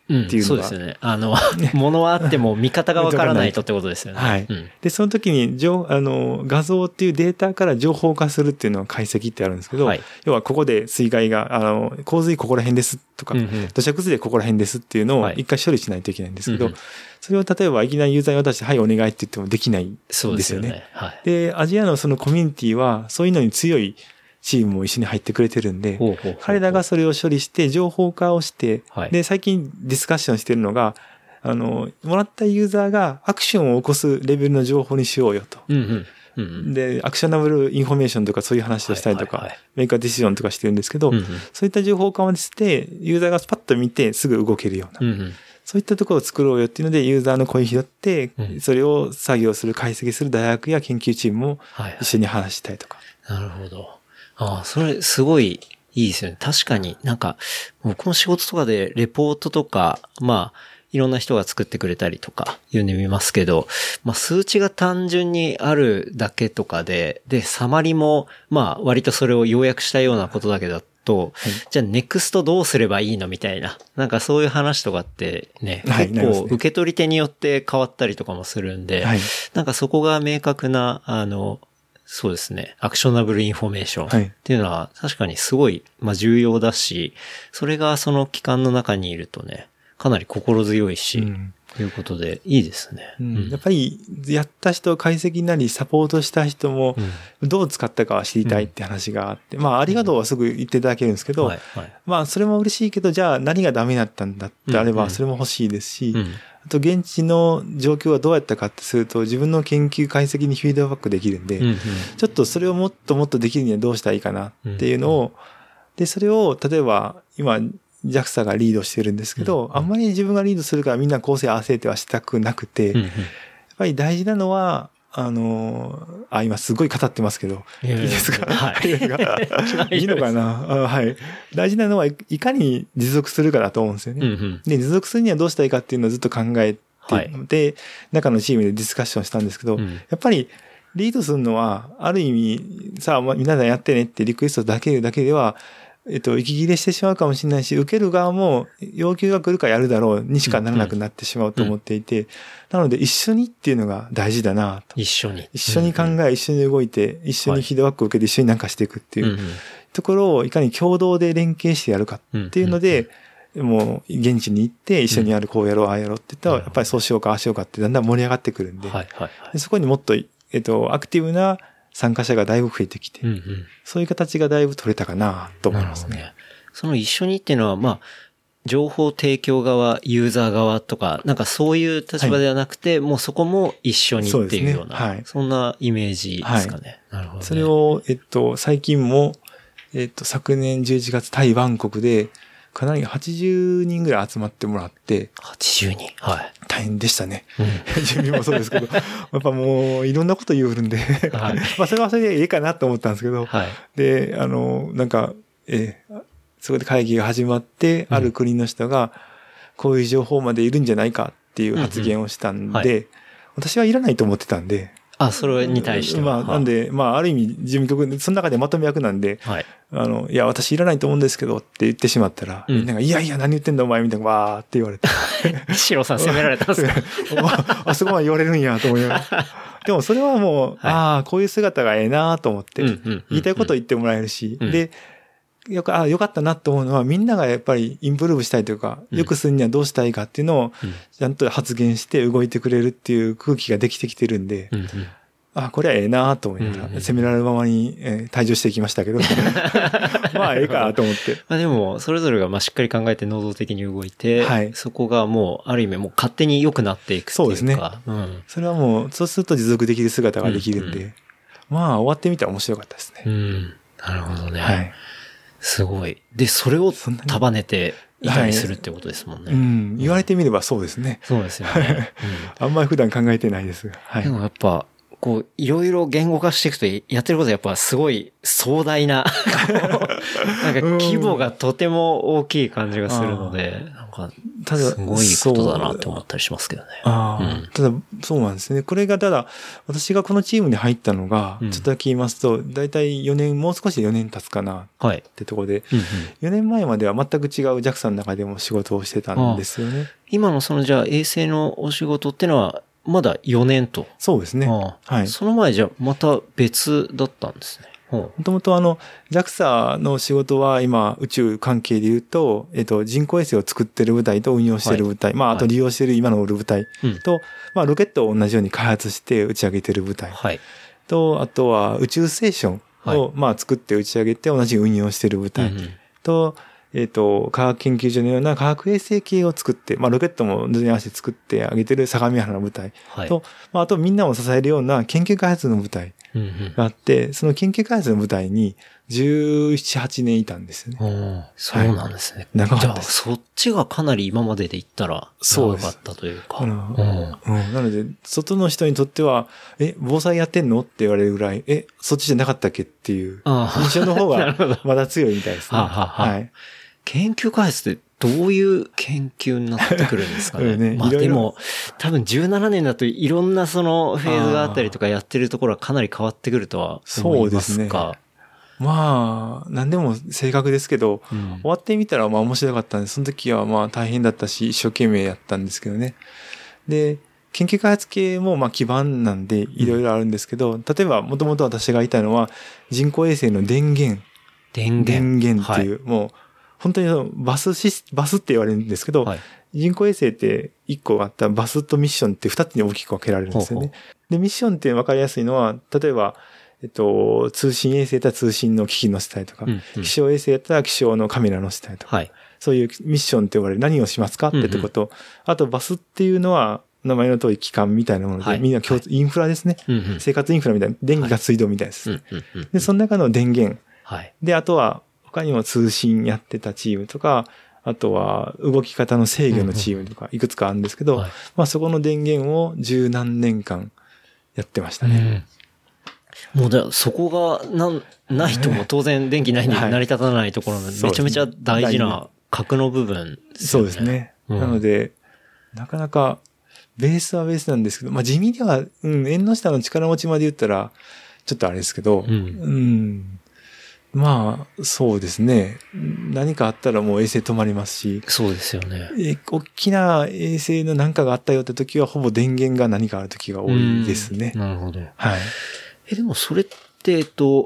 っていうのが。
そうですよね。物はあっても見方がわからないとってことですよね。
はい。で、その時に、画像っていうデータから情報化するっていうのは解析ってあるんですけど、要はここで水害が、洪水ここら辺ですとか、土砂崩れここら辺ですっていうのを一回処理しないといけないんですけど、それを例えばいきなりユーザーに渡して、はい、お願いって言ってもできないんですよね。そうですよね。で、アジアのそのコミュニティは、そういうのに強いチームも一緒に入ってくれてるんで、彼らがそれを処理して情報化をして、で、最近ディスカッションしてるのが、もらったユーザーがアクションを起こすレベルの情報にしようよと。で、アクショナブルインフォメーションとかそういう話をしたりとか、メーカーディシジョンとかしてるんですけど、そういった情報化をして、ユーザーがパッと見てすぐ動けるような。そういったところを作ろうよっていうので、ユーザーの声を拾って、それを作業する、解析する大学や研究チームも一緒に話したりとか。
なるほど。ああ、それすごいいいですよね。確かになんか、僕も仕事とかでレポートとか、いろんな人が作ってくれたりとか読んでみますけど、数値が単純にあるだけとかで、サマリも、割とそれを要約したようなことだけだと、じゃあネクストどうすればいいのみたいな。なんかそういう話とかってね、結構受け取り手によって変わったりとかもするんで、なんかそこが明確な、そうですね。アクショナブルインフォメーションっていうのは確かにすごい、重要だし、それがその機関の中にいるとね、かなり心強いし、ということでいいですね。
やっぱりやった人、解析なりサポートした人もどう使ったかは知りたいって話があって、ありがとうはすぐ言っていただけるんですけど、それも嬉しいけど、じゃあ何がダメだったんだってあればそれも欲しいですし、あと現地の状況はどうやったかってすると自分の研究解析にフィードバックできるんで、ちょっとそれをもっともっとできるにはどうしたらいいかなっていうのを、で、それを例えば今 JAXA がリードしてるんですけど、あんまり自分がリードするからみんな構成合わせてはしたくなくて、やっぱり大事なのは、今すごい語ってますけど、いいですか？いいのかな？大事なのは、いかに持続するかだと思うんですよね。で、持続するにはどうしたらいいかっていうのをずっと考えて、で、中のチームでディスカッションしたんですけど、やっぱり、リードするのは、ある意味、さあ、皆さんやってねってリクエストだけでは、息切れしてしまうかもしれないし、受ける側も要求が来るからやるだろうにしかならなくなってしまうと思っていて、なので一緒にっていうのが大事だなと。
一緒に
考え、一緒に動いて、一緒にフィードバックを受けて一緒になんかしていくっていうところをいかに共同で連携してやるかっていうので、もう現地に行って一緒にやる、こうやろう、ああやろうって言ったら、やっぱりそうしようか、ああしようかってだんだん盛り上がってくるんで、そこにもっと、アクティブな参加者がだいぶ増えてきて、そういう形がだいぶ取れたかなと思いますね。
その一緒にっていうのは、情報提供側、ユーザー側とか、なんかそういう立場ではなくて、もうそこも一緒にっていうような、そんなイメージですかね。なるほどね。
それを、最近も、昨年11月タイバンコクで、かなり80人ぐらい集まってもらって。
80人
大変でしたね。準備もそうですけど、やっぱもういろんなこと言うんで、それはそれでいいかなと思ったんですけど、で、なんか、そこで会議が始まって、ある国の人が、こういう情報までいるんじゃないかっていう発言をしたんで、私はいらないと思ってたんで、
それに対しては。
なんで、ある意味、事務局、その中でまとめ役なんで、いや、私いらないと思うんですけどって言ってしまったら、みんなが、いやいや、何言ってんだお前みたいな、わーって言われて。
シロさん責められたんですか？
あそこまで言われるんや、と思いながら。でもそれはもう、こういう姿がええなと思って、言いたいこと言ってもらえるし、で、よかったなと思うのは、みんながやっぱりインプルーブしたいというか、良くするにはどうしたいかっていうのを、ちゃんと発言して動いてくれるっていう空気ができてきてるんで、これはええなと思いながら、責められるままに、退場していきましたけど、ええかと思って。
でも、それぞれがしっかり考えて能動的に動いて、そこがもう、ある意味もう勝手に良くなっていくっていうか。そうですね。
それはもう、そうすると持続できる姿ができるんで、終わってみたら面白かったですね。
なるほどね。すごい。で、それを束ねていたりするってことですもんね。
言われてみればそうですね。
そうですよね。
あんまり普段考えてないですが。
でもやっぱ、 こう、いろいろ言語化していくと、やってることはやっぱすごい壮大な、なんか規模がとても大きい感じがするので、なんか、すごいことだなって思ったりしますけどね。
ただ、そうなんですね。これがただ、私がこのチームに入ったのが、ちょっとだけ言いますと、だいたい4年、もう少しで4年経つかな、ってところで、4年前までは全く違う JAXA の中でも仕事をしてたんですよね。
今のそのじゃあ衛星のお仕事ってのは、まだ4年と。
そうですね。
はい。その前じゃまた別だったんですね。
もともとJAXA の仕事は今宇宙関係で言うと、人工衛星を作ってる部隊と運用してる部隊、あと利用してる今のおる部隊と、ロケットを同じように開発して打ち上げてる部隊と、あとは宇宙ステーションを作って打ち上げて同じ運用してる部隊と、科学研究所のような科学衛星系を作って、ロケットも図に合わせて作ってあげてる相模原の部隊と、あとみんなを支えるような研究開発の部隊があって、その研究開発の部隊に17、8年いたんですよね。
そうなんですね。
長かったです。
そっちがかなり今までで言ったら長かったというか。
なので、外の人にとっては、防災やってんのって言われるぐらい、そっちじゃなかったっけっていう印象の方がまだ強いみたいですね。
研究開発ってどういう研究になってくるんですかね。でも、多分17年だといろんなそのフェーズがあったりとかやってるところはかなり変わってくるとは思いますか。そうですね。
何でも正確ですけど、終わってみたら面白かったんで、その時は大変だったし、一生懸命やったんですけどね。で、研究開発系も基盤なんでいろいろあるんですけど、例えばもともと私がいたのは人工衛星の電源っていう、もう本当にバスって言われるんですけど、人工衛星って1個あったバスとミッションって2つに大きく分けられるんですよね。で、ミッションって分かりやすいのは、例えば、通信衛星だったら通信の機器乗せたりとか、気象衛星だったら気象のカメラ乗せたりとか、そういうミッションって呼ばれる何をしますかってとこと、あとバスっていうのは、名前の通り機関みたいなもので、みんなインフラですね。生活インフラみたいな、電気が水道みたいです。で、その中の電源。で、あとは、他にも通信やってたチームとか、あとは動き方の制御のチームとか、いくつかあるんですけど、そこの電源を十何年間やってましたね。
もうそこがないとも当然電気ないんで成り立たないところなので、めちゃめちゃ大事な核の部分ですよね。
そうですね。なので、なかなか、ベースはベースなんですけど、地味では、縁の下の力持ちまで言ったら、ちょっとあれですけど、そうですね。何かあったらもう衛星止まりますし。
そうですよね。
大きな衛星の何かがあったよって時は、ほぼ電源が何かある時が多いですね。
なるほど。
はい。
でもそれって、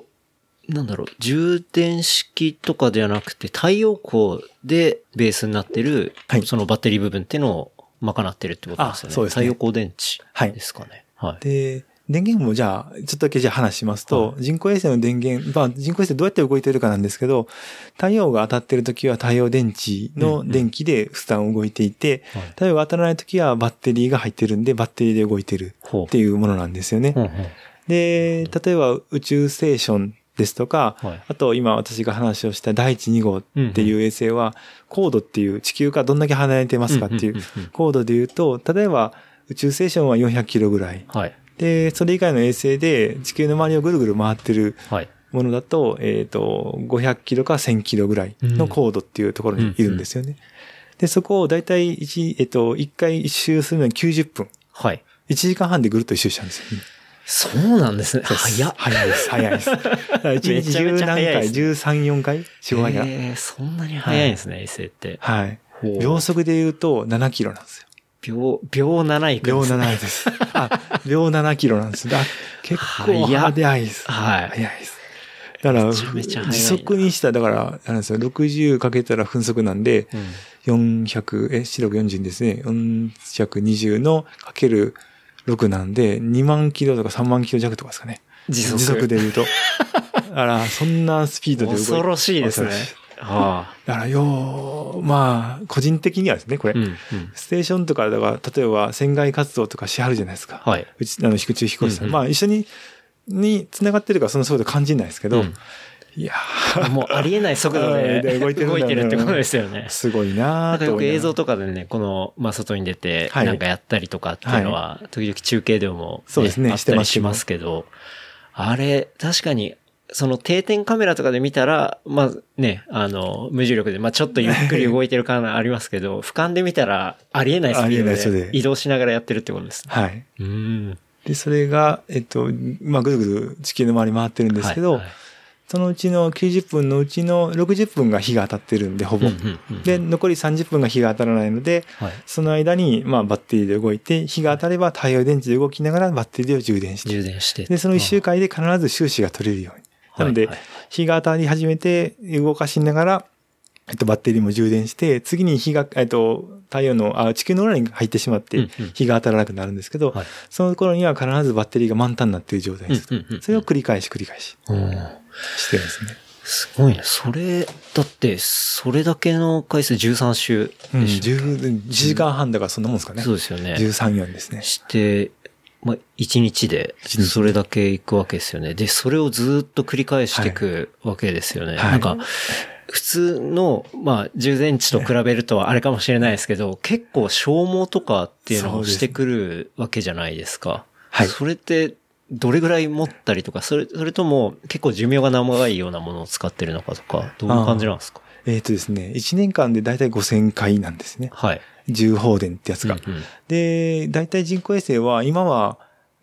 充電式とかではなくて、太陽光でベースになってる、そのバッテリー部分っていうのを賄ってるってことですよね。そうですね。太陽光電池ですかね。
で、電源もちょっとだけ話しますと、人工衛星の電源、人工衛星どうやって動いてるかなんですけど、太陽が当たってる時は太陽電池の電気で負担動いていて、太陽が当たらない時はバッテリーが入ってるんで、バッテリーで動いてるっていうものなんですよね。で、例えば宇宙ステーションですとか、あと今私が話をした第1、2号っていう衛星は、高度っていう地球からどんだけ離れてますかっていう高度で言うと、例えば宇宙ステーションは400キロぐらい。で、それ以外の衛星で地球の周りをぐるぐる回ってるものだと、500キロか1000キロぐらいの高度っていうところにいるんですよね。で、そこをだいたい1回一周するのに90分。1時間半でぐるっと一周したんですよね。
そうなんですね。
早いです。1日10何回、13、4回 ?4、5回。
そんなに早いんですね、衛星って。
秒速で言うと7キロなんですよ。
秒7いくんですね。
秒7です。秒7キロなんです。結構早いです。早いです。だから、時速にしたら、だから、なんですよ、60かけたら分速なんで、440ですね。420のかける6なんで、2万キロとか3万キロ弱とかですかね。時速で言うと。そんなスピードで動いて。
恐ろしいですね。
だから個人的にはですね、これ、ステーションとか、だから、例えば、船外活動とかしはるじゃないですか。宇宙飛行士さん。一緒に繋がってるから、そのそういうこと感じないですけど、 いや
もうありえない速度で動いてるってことですよね。
すごいなぁと。
よく映像とかでね、この、まあ、外に出て、なんかやったりとかっていうのは、時々中継でも、ね、
そうですね、
あったりしますけど、あれ、確かに、その定点カメラとかで見たら、まあね、無重力で、まあちょっとゆっくり動いてる感がありますけど、俯瞰で見たらありえないスピードで移動しながらやってるってことですね。
はい。で、それが、まあぐるぐる地球の周り回ってるんですけど、そのうちの90分のうちの60分が日が当たってるんで、ほぼ。で、残り30分が日が当たらないので、その間に、まあ、バッテリーで動いて、日が当たれば太陽電池で動きながらバッテリーを充電して。で、その1週間で必ず収支が取れるように。なので、日が当たり始めて、動かしながら、バッテリーも充電して、次に日が、太陽の、地球の裏に入ってしまって、日が当たらなくなるんですけど、その頃には必ずバッテリーが満タンになっている状態です。それを繰り返ししてるんですね。
すごいね。それ、だって、それだけの回数13週でした。
1時間半だからそんなもんですかね。
そうですよね。
13、4ですね。
して、まあ、1日で、それだけ行くわけですよね。で、それをずっと繰り返していくわけですよね。なんか、普通の、まあ、充電池と比べるとあれかもしれないですけど、結構消耗とかっていうのをしてくるわけじゃないですか。はい。それって、どれぐらい持ったりとか、それとも結構寿命が長いようなものを使ってるのかとか、どういう感じなんですか？
ですね、1年間でだいたい5000回なんですね。はい。重放電ってやつが。で、だいたい人工衛星は今は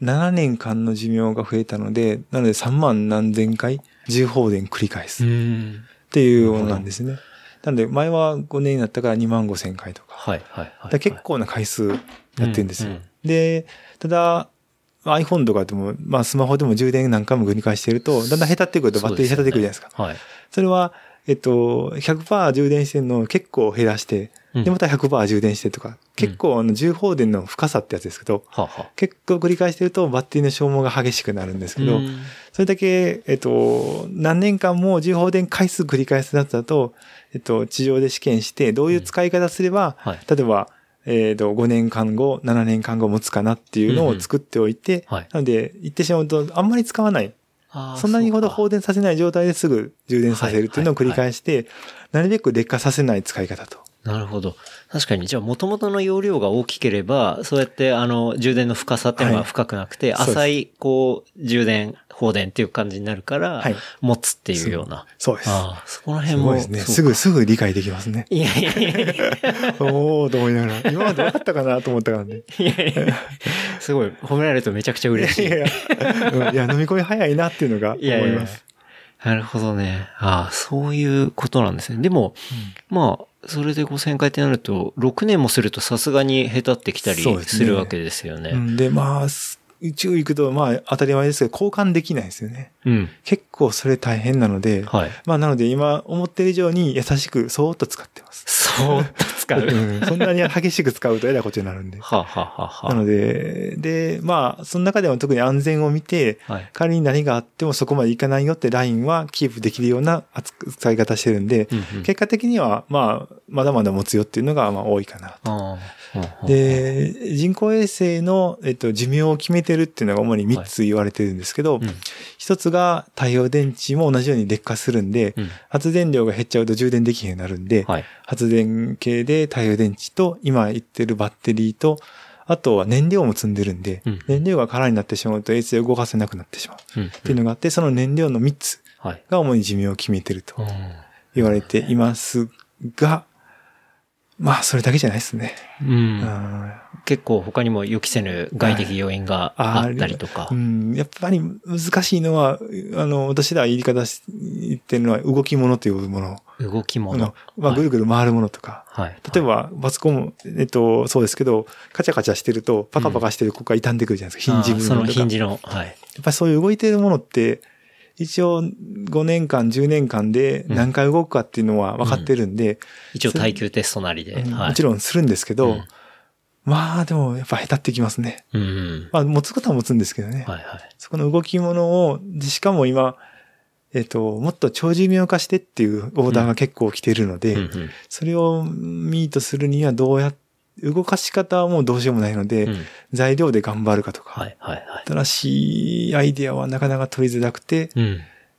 7年間の寿命が増えたので、なので3万何千回重放電繰り返す。っていうものなんですね。なので前は5年になったから2万5千回とか。はいはいはい。結構な回数やってるんですよ。で、ただ、iPhone とかでも、まあスマホでも充電何回も繰り返してると、だんだん下手ってくるとバッテリー下手ってくるじゃないですか。はい。それは、100% 充電してるのを結構減らして、で、また 100% 充電してとか、結構重放電の深さってやつですけど、結構繰り返してるとバッテリーの消耗が激しくなるんですけど、それだけ、何年間も重放電回数繰り返すやつだと、地上で試験して、どういう使い方すれば、例えば、5年間後、7年間後持つかなっていうのを作っておいて、なので、言ってしまうと、あんまり使わない。そんなにほど放電させない状態ですぐ充電させるっていうのを繰り返して、なるべく劣化させない使い方と。
なるほど。確かに、じゃあ元々の容量が大きければ、そうやって充電の深さっていうのが深くなくて、浅い、充電、放電っていう感じになるから、持つっていうような。
そうです。
そこら辺も。
そうですね。すぐ理解できますね。
いやいやいや
おーと思いながら、今まで分かったかなと思ったからね。
いやいやすごい、褒められるとめちゃくちゃ嬉しい。いや、
飲み込み早いなっていうのが思います。
なるほどね。そういうことなんですね。でも、まあ、それで5000回ってなると、6年もするとさすがに下手ってきたりするわけですよね。
で、まあ、宇宙行くと、まあ当たり前ですけど、交換できないですよね。結構それ大変なので、まあなので今思ってる以上に優しくそーっと使ってます。
そーっと使う、
そんなに激しく使うとえらいことになるんで。なので、まあその中でも特に安全を見て、仮に何があってもそこまでいかないよってラインはキープできるような使い方してるんで、結果的にはまあまだまだ持つよっていうのがまあ多いかなと。で、人工衛星の、寿命を決めてるっていうのが主に3つ言われてるんですけど、1つが太陽電池も同じように劣化するんで、発電量が減っちゃうと充電できへんようになるんで、発電系で太陽電池と今言ってるバッテリーと、あとは燃料も積んでるんで、燃料が空になってしまうと衛星を動かせなくなってしまうっていうのがあって、その燃料の3つが主に寿命を決めてると言われていますが、まあ、それだけじゃないですね。
結構他にも予期せぬ外的要因があったりとか。
やっぱり難しいのは、私ら言い方言ってるのは動き物というもの。
動き物。
まあ、ぐるぐる回るものとか。例えば、パソコンも、そうですけど、カチャカチャしてると、パカパカしてるここが傷んでくるじゃないですか。ヒンジ部分とか。
そのヒンジの。や
っぱりそういう動いてるものって、一応5年間、10年間で何回動くかっていうのは分かってるんで。
一応耐久テストなりで。
もちろんするんですけど、まあでもやっぱ下手ってきますね。まあ持つことは持つんですけどね。そこの動き物を、しかも今、もっと長寿命化してっていうオーダーが結構来てるので、それをミートするにはどうやって、動かし方はもうどうしようもないので、材料で頑張るかとか、新しいアイディアはなかなか取りづらくて、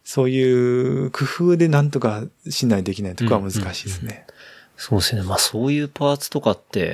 そういう工夫でなんとかしないといけないとこは難しいですね。
そうですね。まあそういうパーツとかって、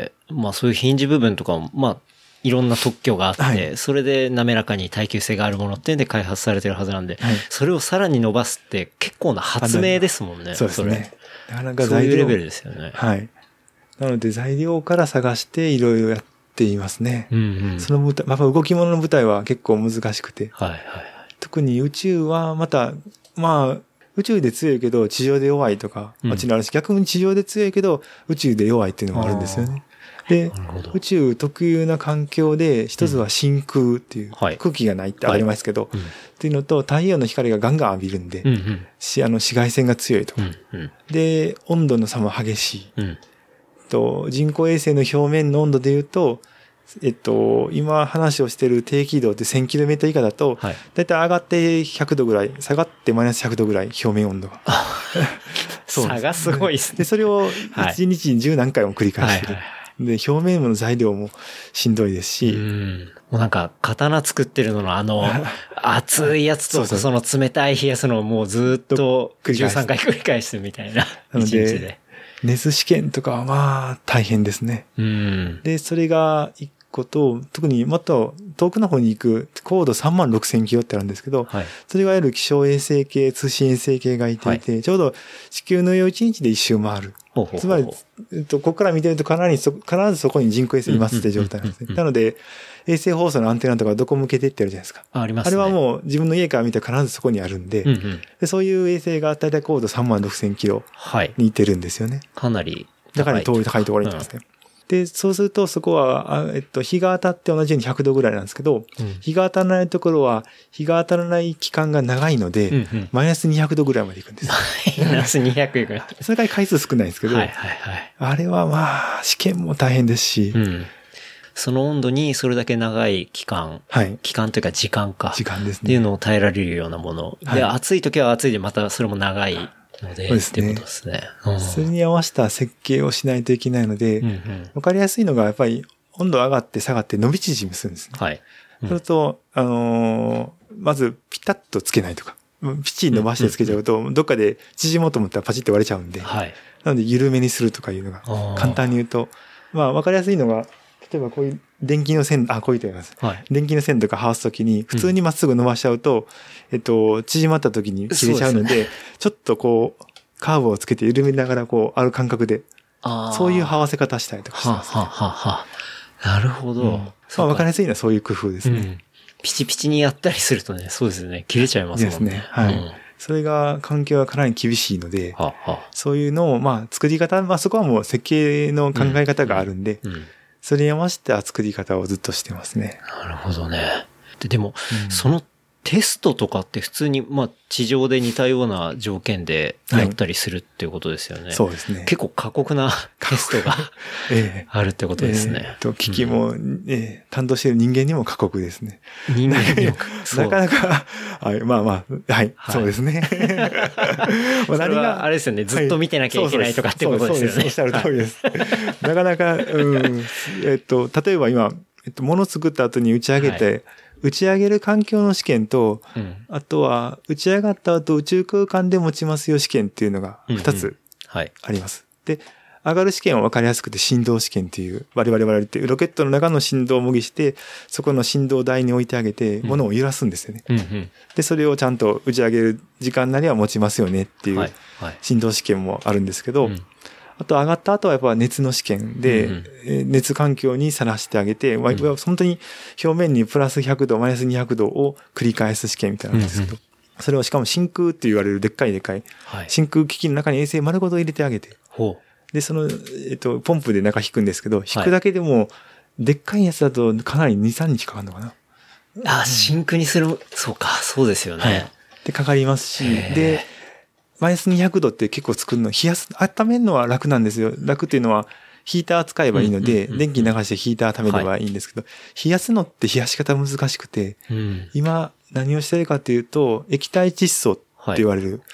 まあそういうヒンジ部分とかも、まあいろんな特許があって、はい、それで滑らかに耐久性があるものっていうんで開発されてるはずなんで、はい、それをさらに伸ばすって結構な発明ですもんね。
そうですね。なかなか
そういうレベルですよね。
はい。なので材料から探していろいろやっていますね。その舞台、やっぱ動き物の舞台は結構難しくて。
はいはいはい。
特に宇宙はまた、まあ、宇宙で強いけど地上で弱いとか、もちろんあるし、逆に地上で強いけど宇宙で弱いっていうのもあるんですよね。で、宇宙特有な環境で、一つは真空っていう、空気がないって当たり前ですけど、っていうのと、太陽の光がガンガン浴びるんで、紫外線が強いとか、で、温度の差も激しい。人工衛星の表面の温度で言うと、今話をしている低軌道って 1000km 以下だと、だいたい上がって100度ぐらい、下がってマイナス100度ぐらい、表面温度が。
差がすごいですね。
で、それを1日に10何回も繰り返してる。で、表面の材料もしんどいですし。
もうなんか、刀作ってるのの熱いやつと、その冷たい冷やすのをもうずっと13回繰り返すみたいな。
なので、熱試験とかはまあ大変ですね。で、それが一個と、特にもっと遠くの方に行く高度36,000キロってあるんですけど、それがいわゆる気象衛星系、通信衛星系がいていて、ちょうど地球の上を1日で一周回る。つまり、ここから見てると必ずそこに人工衛星いますって状態なんですね。なので、衛星放送のアンテナとかどこ向けてってあるじゃないですか。
ありますね。
あれはもう自分の家から見たら必ずそこにあるんで、でそういう衛星がだいたい高度36,000キロにいてるんですよね。
かなり
だから遠い高いところにいてますね。で、そうするとそこは、日が当たって同じように100度ぐらいなんですけど、日が当たらないところは、日が当たらない期間が長いので、マイナス200度ぐらいまで行くんです。
マイナス200いく。
それから回数少ないんですけど、あれはまあ、試験も大変ですし、
その温度にそれだけ長い期間、期間というか時間か。
時間ですね。
っていうのを耐えられるようなもの。で、暑い時は暑いでまたそれも長い。ので、っていうことですね。
それに合わせた設計をしないといけないので、わかりやすいのがやっぱり温度上がって下がって伸び縮みするんですね。それと、まずピタッとつけないとか、ピッチリ伸ばしてつけちゃうと、どっかで縮もうと思ったらパチッと割れちゃうんで、なので緩めにするとかいうのが、簡単に言うと、まあわかりやすいのが、例えばこういう電気の線、こういうと言います。電気の線とかはわすときに、普通にまっすぐ伸ばしちゃうと、縮まったときに切れちゃうので、ちょっとこう、カーブをつけて緩めながらこう、ある感覚で、そういうはわせ方したりとかしてます、ね。
なるほど。
まあわかりやすいのはそういう工夫ですね。
ピチピチにやったりするとね、そうですね、切れちゃいますもんね。
ですね。はい。それが環境がかなり厳しいので、そういうのを、まあ作り方、まあそこはもう設計の考え方があるんで、それに合わせた作り方をずっとしてますね。
なるほどね。でも、そのテストとかって普通に、まあ、地上で似たような条件でやったりするっていうことですよね。
そうですね。結
構過酷なテストがあるってことですね。
機器も、担当している人間にも過酷ですね。
人間にも
なかなか、まあまあ、はい、そうですね。
それはあれですよね、ずっと見てなきゃいけないとかってことですよね。
おっしゃる通りです。なかなか、例えば今、物作った後に打ち上げて、打ち上げる環境の試験と、あとは打ち上がった後宇宙空間で持ちますよ試験っていうのが2つあります。で、上がる試験は分かりやすくて振動試験っていう、我々ってロケットの中の振動を模擬して、そこの振動台に置いてあげて、物を揺らすんですよね。で、それをちゃんと打ち上げる時間なりは持ちますよねっていう振動試験もあるんですけど、あと上がった後はやっぱ熱の試験で、熱環境にさらしてあげて、本当に表面にプラス100度、マイナス200度を繰り返す試験みたいなんですけど、それをしかも真空って言われるでっかい、真空機器の中に衛星丸ごと入れてあげて、で、その、ポンプで中引くんですけど、引くだけでも、でっかいやつだとかなり2、3日かかるのかな。
真空にする、そうか、そうですよね。
で、かかりますし、で、マイナス200度って結構作るの、温めるのは楽なんですよ。楽っていうのは、ヒーター使えばいいので、電気流してヒーター貯めればいいんですけど、冷やすのって冷やし方難しくて、今何をしてるかっていうと、液体窒素って言われる、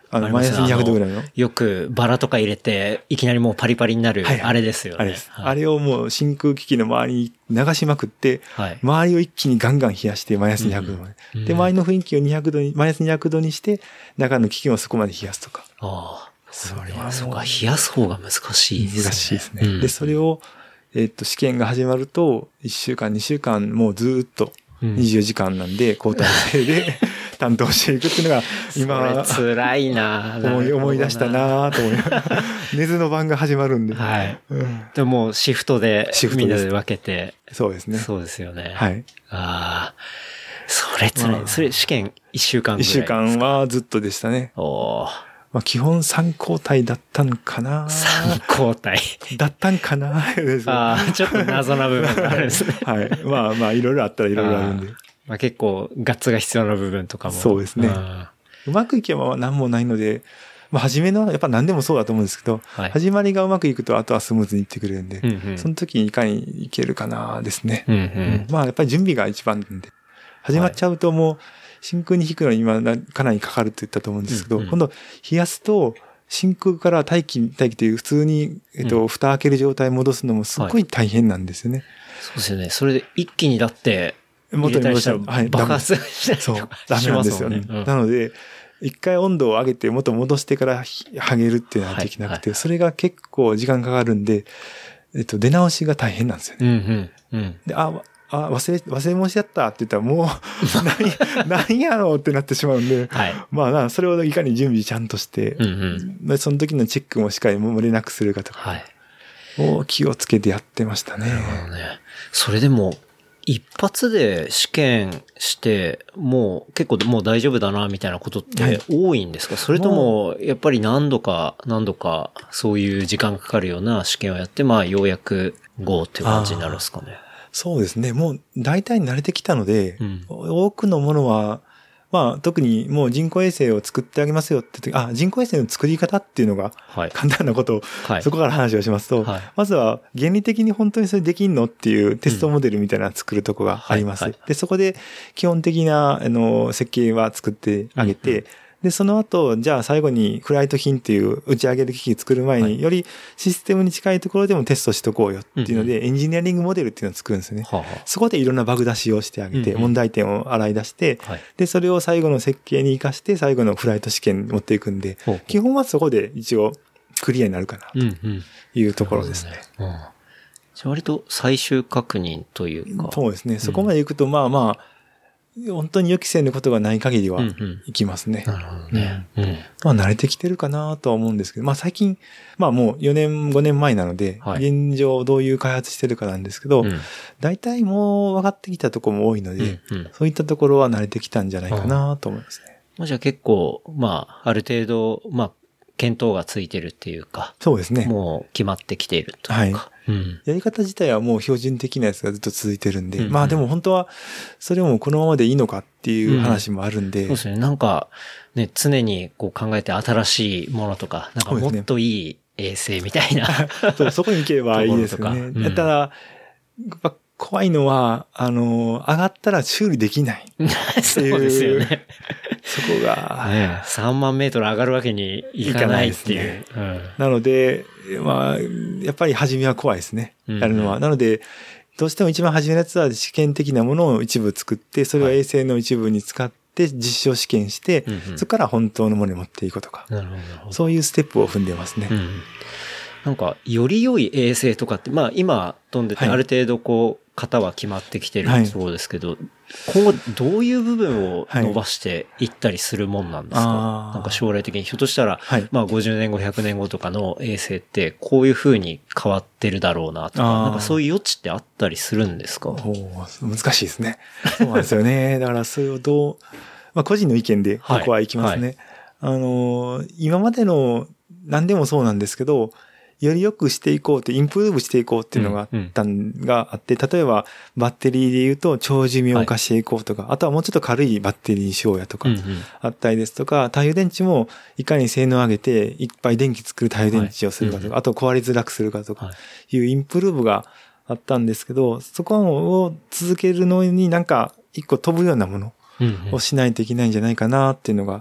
マイナス200度ぐらいの。
よくバラとか入れて、いきなりもうパリパリになる、
はいはい
あれですよね。
あれです。
はい
あれをもう真空機器の周りに流しまくって、
はい、
周りを一気にガンガン冷やして、マイナス200度まで。
うん、
で、周りの雰囲気を200度に、マイナス200度にして、中の機器をそこまで冷やすとか。
ああ。それはそうか、冷やす方が難しいですね。
難しいですね。で、それを、試験が始まると、1週間、2週間、もうずーっと、24時間なんで、交代制で担当していくっていうのが、今、
辛いな
思い出したなと思いながら、寝ずの番が始まるんで。
はい。でも、シフトで、みんなで分けて。
そうですね。
そうですよね。
はい。
ああ。それ辛い。それ試験1週間ぐらいですか？
1週間はずっとでしたね。
おー。
基本3交代だったんかな。
3交代。
だったんかな。
ああ、ちょっと謎な部分があるんですね。
はい。いろいろあったらいろいろあるんで。
結構、ガッツが必要な部分とかも。
そうですね。うまくいけば何もないので、初めの、やっぱ何でもそうだと思うんですけど、はい、始まりがうまくいくと、あとはスムーズにいってくれるんで、その時にいかにいけるかなですね。やっぱり準備が一番なんで。始まっちゃうともう、真空に引くのに今かなりかかるって言ったと思うんですけど、今度冷やすと真空から大気という普通に、蓋開ける状態に戻すのもすっごい大変なんですよね。
そうですよね。それで一気にだって入れたりしたら爆発したりとかしますもんね。
そう、ダメなんですよね。なので、一回温度を上げて元戻してから剥げるっていうのはできなくて、それが結構時間かかるんで、出直しが大変なんですよね。で、忘れ物しちゃったって言ったらもう、何やろうってなってしまうんで、はい、それをいかに準備ちゃんとして、その時のチェックもしっかり漏れなくするかとか、を気をつけてやってましたね。なるほどね。
それでも、一発で試験して、もう結構もう大丈夫だな、みたいなことって多いんですか？それとも、やっぱり何度か、そういう時間かかるような試験をやって、ようやくGOっていう感じになるんですかね。
そうですね。もう大体慣れてきたので、多くのものは、特にもう人工衛星を作ってあげますよって時、人工衛星の作り方っていうのが、簡単なことを、そこから話をしますと、まずは原理的に本当にそれできんのっていうテストモデルみたいなのを作るとこがあります。で、そこで基本的な、設計は作ってあげて、で、その後、じゃあ最後にフライト品っていう打ち上げる機器作る前に、よりシステムに近いところでもテストしとこうよっていうので、エンジニアリングモデルっていうのを作るんですよね。そこでいろんなバグ出しをしてあげて、問題点を洗い出して、で、それを最後の設計に活かして、最後のフライト試験に持っていくんで、基本はそこで一応クリアになるかな、というところですね。
じゃあ割と最終確認というか。
そうですね。そこまで行くと、本当に予期せぬことがない限りは行きますね。
なるほどね。
慣れてきてるかなとは思うんですけど、最近、もう4年、5年前なので、現状どういう開発してるかなんですけど、大体もう分かってきたところも多いので、そういったところは慣れてきたんじゃないかなと思いますね。
じゃあ結構、ある程度、検討がついてるっていうか。
そうですね。
もう決まってきているというか。
やり方自体はもう標準的なやつがずっと続いてるんで、でも本当はそれもこのままでいいのかっていう話もあるんで。
そうですね。常にこう考えて新しいものとか、もっといい衛星みたいな。
そこに行けばいいですよね。ただ、怖いのは、上がったら修理できない。
そうですよね。
そこが、
3万メートル上がるわけにいかないっていう。
なので、やっぱり初めは怖いですね。やるのは。なので、どうしても一番初めのやつは試験的なものを一部作って、それを衛星の一部に使って実証試験して、そこから本当のものに持っていくとか。そういうステップを踏んでますね。
より良い衛星とかって、今飛んでてある程度型は決まってきてるそうですけど、今後どういう部分を伸ばしていったりするもんなんですか？将来的にひょっとしたら、50年後、100年後とかの衛星ってこういう風に変わってるだろうなとか、そういう余地ってあったりするんですか？
難しいですね。そうなんですよね。だからそれを個人の意見でここはいきますね。今までの何でもそうなんですけど、より良くしていこうって、インプルーブしていこうっていうのがあって、例えばバッテリーで言うと長寿命化していこうとか、あとはもうちょっと軽いバッテリーにしようやとか、あったりですとか、太陽電池もいかに性能を上げていっぱい電気作る太陽電池をするかとか、あと壊れづらくするかとかいうインプルーブがあったんですけど、そこを続けるのに一個飛ぶようなものをしないといけないんじゃないかなっていうのが、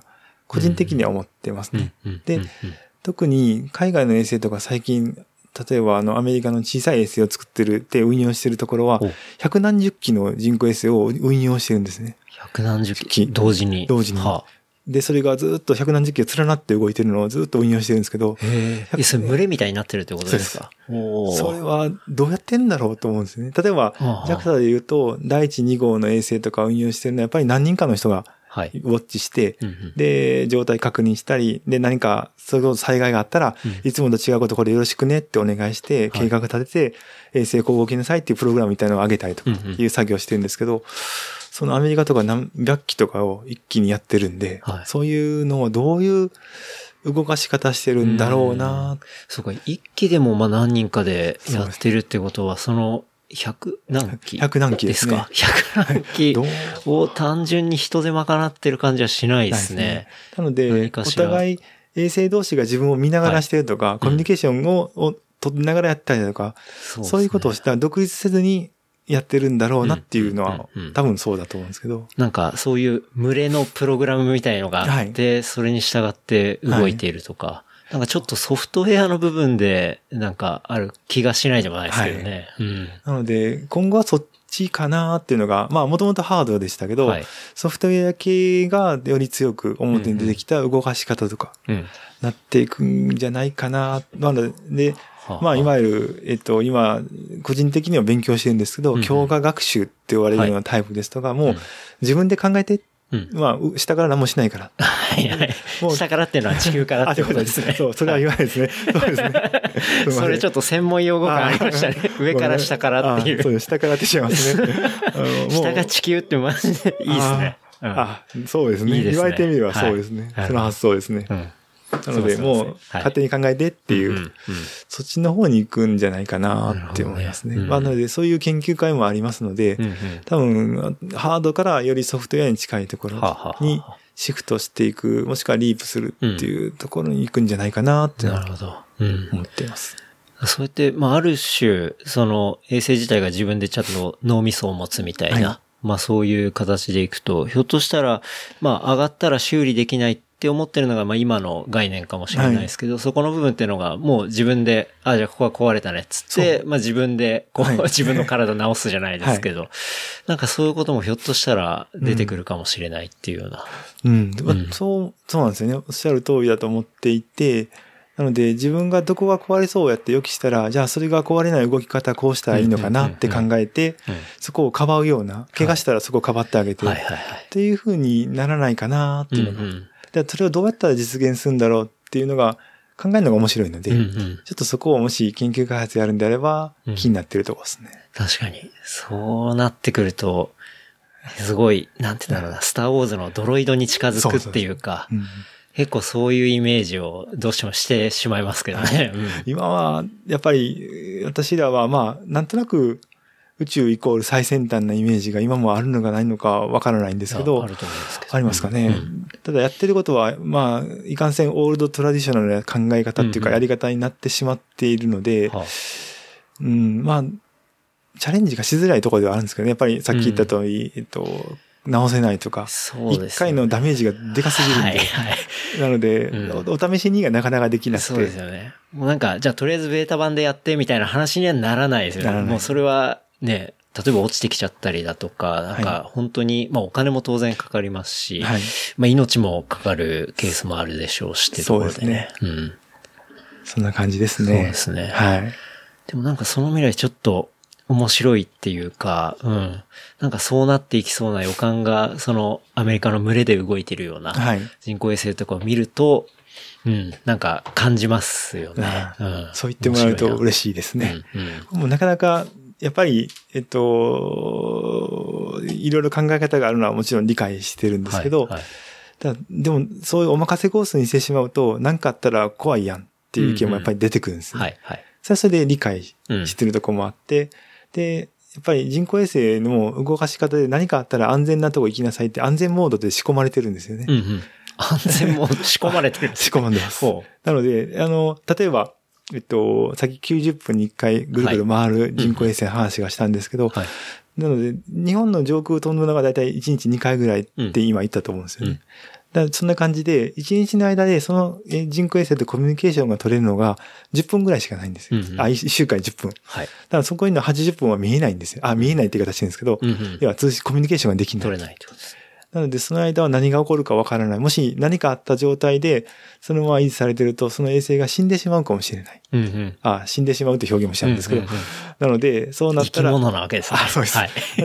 個人的には思ってますね。で、特に海外の衛星とか最近、例えばアメリカの小さい衛星を作ってるって運用してるところは、百何十機の人工衛星を運用してるんですね。
百何十機同時に。
同時に。で、それがずっと百何十機が連なって動いてるのをずっと運用してるんですけど。
それ群れみたいになってるってことですか？
それはどうやってんだろうと思うんですね。例えば、JAXA で言うと、第1、2号の衛星とか運用してるのはやっぱり何人かの人がウォッチして、で、状態確認したり、で、何か、そういう災害があったら、いつもと違うことこれよろしくねってお願いして、計画立てて、衛星こう動きなさいっていうプログラムみたいなのを上げたりとかいう作業をしてるんですけど、そのアメリカとか何百機とかを一気にやってるんで、そういうのをどういう動かし方してるんだろうな。
そうか、一機でも何人かでやってるってことは、その、百何機ですか？百何機を単純に人で賄ってる感じはしないですね。
なので、お互い衛星同士が自分を見ながらしてるとか、コミュニケーションを取りながらやったりとか、そういうことをしたら独立せずにやってるんだろうなっていうのは、多分そうだと思うんですけど。
なんかそういう群れのプログラムみたいのがあって、それに従って動いているとか。なんかちょっとソフトウェアの部分でなんかある気がしないでもないですけどね。
なので今後はそっちかなっていうのが、もともとハードでしたけど、ソフトウェア系がより強く表に出てきた動かし方とかなっていくんじゃないかな。なので、いわゆる、今、個人的には勉強してるんですけど、強化学習って言われるようなタイプですとか、もう自分で考えて、下から何もしないから。
下からっていうのは地球からってことですね。
そう、それは言わないですね。そうですね。
それちょっと専門用語がありましたね。上から下からっていう。
そうです、下からってしまいますね。
下が地球ってマジでいいですね。
そうですね。言われてみればそうですね。その発想ですね。なので、もう、勝手に考えてっていう、そっちの方に行くんじゃないかなって思いますね。なので、そういう研究会もありますので、多分、ハードからよりソフトウェアに近いところにシフトしていく、もしくはリープするっていうところに行くんじゃないかなって思っています。
そうやって、ある種、その衛星自体が自分でちゃんと脳みそを持つみたいな、そういう形でいくと、ひょっとしたら、上がったら修理できないって思ってるのが、今の概念かもしれないですけど、そこの部分っていうのが、もう自分で、じゃあここは壊れたねっつって、自分で、自分の体直すじゃないですけど、なんかそういうこともひょっとしたら出てくるかもしれないっていうような。
そうなんですよね。おっしゃる通りだと思っていて、なので自分がどこが壊れそうやって予期したら、じゃあそれが壊れない動き方こうしたらいいのかなって考えて、そこをかばうような、怪我したらそこをかばってあげて、っていう風にならないかなっていうのが。で、それをどうやったら実現するんだろうっていうのが考えるのが面白いので、ちょっとそこをもし研究開発やるんであれば気になってるところですね。
確かに。そうなってくると、すごい、なんて言うんだろうな、スターウォーズのドロイドに近づくっていうか、結構そういうイメージをどうしてもしてしまいますけどね。
今は、やっぱり、私らはなんとなく宇宙イコール最先端なイメージが今もあるのかないのかわからないんですけど、ありますかね。ただやってることは、いかんせんオールドトラディショナルな考え方っていうかやり方になってしまっているので、チャレンジがしづらいところではあるんですけどね。やっぱりさっき言った通り、直せないとか、一回のダメージがでかすぎるんで。なので、お試しにがなかなかできなくて。
そうですよね。もうなんか、じゃあとりあえずベータ版でやってみたいな話にはならないですよね。もうそれはね、例えば落ちてきちゃったりだとか、なんか本当に、お金も当然かかりますし、命もかかるケースもあるでしょうしってところでね。
そんな感じですね。
そうですね。でもなんかその未来ちょっと、面白いっていうか、なんかそうなっていきそうな予感が、そのアメリカの群れで動いてるような人工衛星とかを見ると、なんか感じますよね。
そう言ってもらうと嬉しいですね。もうなかなか、やっぱり、いろいろ考え方があるのはもちろん理解してるんですけど、でもそういうお任せコースにしてしまうと、何かあったら怖いやんっていう意見もやっぱり出てくるんですね。それはそれで理解してるところもあって、で、やっぱり人工衛星の動かし方で何かあったら安全なとこ行きなさいって安全モードで仕込まれてるんですよね。
安全モード仕込まれてる
仕込まれてます。なので、例えば、さっき90分に1回ぐるぐる回る人工衛星の話がしたんですけど、なので、日本の上空飛んだのがだいたい1日2回ぐらいって今言ったと思うんですよね。 だからそんな感じで、1日の間でその人工衛星とコミュニケーションが取れるのが10分ぐらいしかないんですよ。1週間に10分。
はい。
だからそこにの80分は見えないんですよ。見えないって言い方してるんですけど、要はコミュニケーションができない。
取れないってことです。
なので、その間は何が起こるかわからない。もし何かあった状態で、そのまま維持されてると、その衛星が死んでしまうかもしれない。死んでしまうって表現もしたんですけど。なので、そうなったら。
生き物なわけですね。
そうです。はい、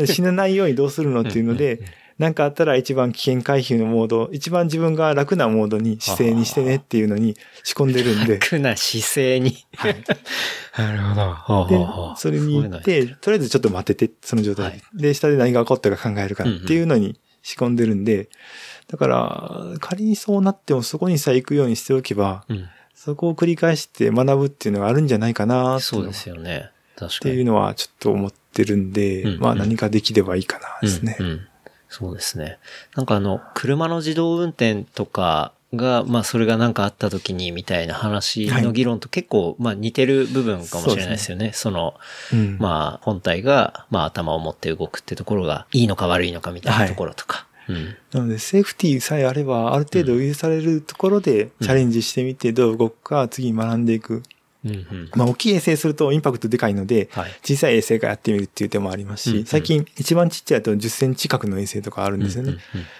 死なないようにどうするのっていうので、何かあったら一番危険回避のモード、一番自分が楽なモードに姿勢にしてねっていうのに仕込んでるんで。
楽な姿勢に。はい。なるほど。
で、それに行って、とりあえずちょっと待ってて、その状態で。で、下で何が起こったか考えるかっていうのに仕込んでるんで、だから、仮にそうなってもそこにさえ行くようにしておけば、そこを繰り返して学ぶっていうのがあるんじゃないかな
そうですよね。確かに。
っていうのはちょっと思ってるんで、まあ何かできればいいかなですね。
そうですね。なんか車の自動運転とかが、まあそれがなんかあった時にみたいな話の議論と結構、まあ似てる部分かもしれないですよね。まあ本体が、まあ頭を持って動くってところがいいのか悪いのかみたいなところとか。
なので、セーフティーさえあれば、ある程度許されるところでチャレンジしてみて、どう動くか次に学んでいく。まあ、大きい衛星するとインパクトでかいので、小さい衛星からやってみるっていう手もありますし、最近一番ちっちゃいと10センチ角の衛星とかあるんですよね。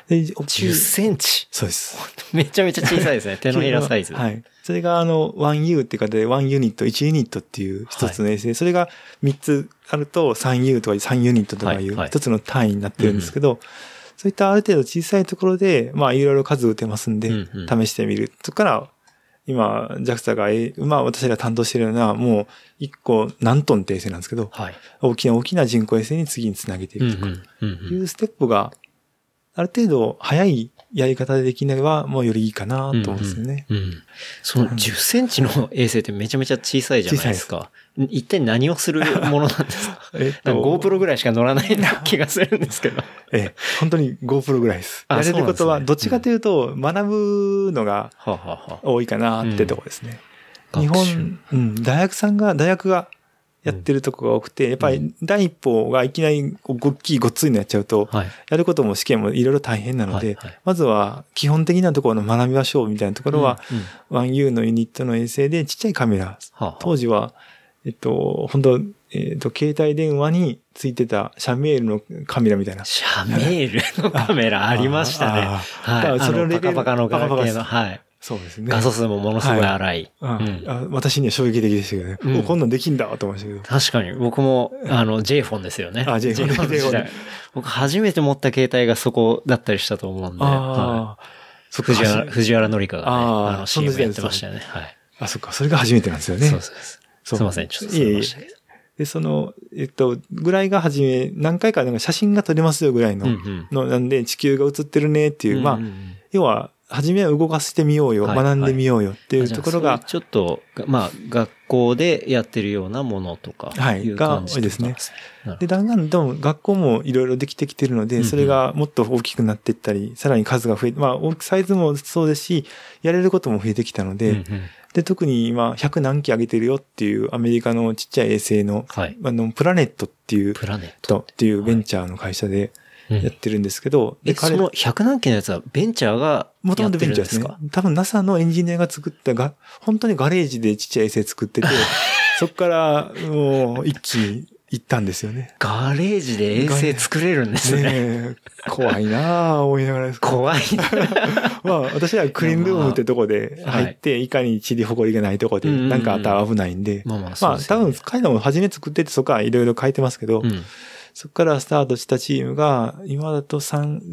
10センチ？
そうです。
めちゃめちゃ小さいですね。手のひらサイズ。
はい。それが1U っていう方で1ユニット、1ユニットっていう一つの衛星。それが3つあると 3U とか3ユニットとかいう一つの単位になってるんですけど、そういったある程度小さいところで、まあいろいろ数打てますんで、試してみる。そこから、今、JAXA が、まあ私が担当しているような、もう1個何トンって衛星なんですけど、大きな人工衛星に次につなげていくとか、いうステップが、ある程度早いやり方でできれば、もうよりいいかなと思うんですよね。
その10センチの衛星ってめちゃめちゃ小さいじゃないですか。一体何をするものなんですかGoPro ぐらいしか乗らない気がするんですけど。
本当に GoPro ぐらいです。やれることは、どっちかというと、学ぶのが多いかなってとこですね。日本、大学がやってるとこが多くて、やっぱり第一歩がいきなりごっきいごっついのやっちゃうと、やることも試験もいろいろ大変なので、まずは基本的なところの学びましょうみたいなところは、1U のユニットの衛星でちっちゃいカメラ、当時は、本当携帯電話についてたシャメールのカメラみたいな。
シャメールのカメラありましたね。はい。それのレベル。パカパカのガラケーの。はい。
そうですね。
画素数もものすごい荒い。
私には衝撃的でしたけどね。こんなんできんだと思いましたけど。
確かに。僕も、J フォンですよね。
J フォン。
僕初めて持った携帯がそこだったりしたと思うんで。藤原紀香がね、CM やってましたよね。はい。
そっか。それが初めてなんですよね。
そうです。すいません。ちょっとすいませんけど。
で、ぐらいが初め、何回かなんか写真が撮れますよぐらいの、なんで地球が映ってるねっていう、まあ、要は、初めは動かしてみようよ、学んでみようよっていうところが。
ちょっと、まあ、学校でやってるようなものとかいう感じ
ですね。で、だんだん学校もいろいろできてきてるので、それがもっと大きくなっていったり、さらに数が増えて、まあ、サイズもそうですし、やれることも増えてきたので、で、特に今、100何機上げてるよっていうアメリカのちっちゃい衛星の、プラネットっていう、っていうベンチャーの会社でやってるんですけど、
その100何機のやつはベンチャーがやってるんですか？
多分 NASA のエンジニアが作った本当にガレージでちっちゃい衛星作ってて、そこからもう一気に行ったんですよね。
ガレージで衛星作れるんですね。
怖いなぁ、思いながらです。
怖い。
まあ、私はクリーンルームってとこで入って、いかに塵埃がないとこで、なんかあったら危ないんで。まあ、多分彼らも初め作ってて、そこはいろいろ変えてますけど、そこからスタートしたチームが、今だと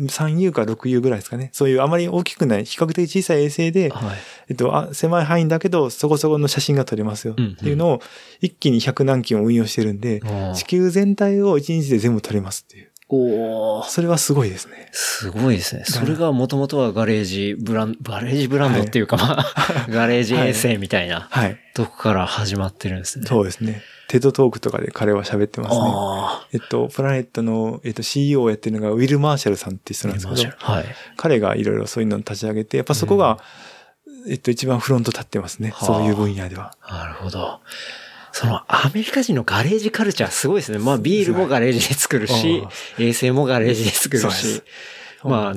3U か 6U ぐらいですかね。そういうあまり大きくない、比較的小さい衛星で、狭い範囲だけど、そこそこの写真が撮れますよ。っていうのを、一気に100何機も運用してるんで、地球全体を1日で全部撮れますっていう。それはすごいですね。
すごいですね。それがもともとはガレージブランドっていうか、まあ、ガレージ衛星みたいな、とこから始まってるんですね。
そうですね。テッドトークとかで彼は喋ってますね。プラネットの、CEO をやってるのがウィル・マーシャルさんって人なんですけど、彼がいろいろそういうのを立ち上げて、やっぱそこが、一番フロント立ってますね。そういう分野では。
なるほど。そのアメリカ人のガレージカルチャーすごいですね。まあビールもガレージで作るし、衛星もガレージで作るし、まあね、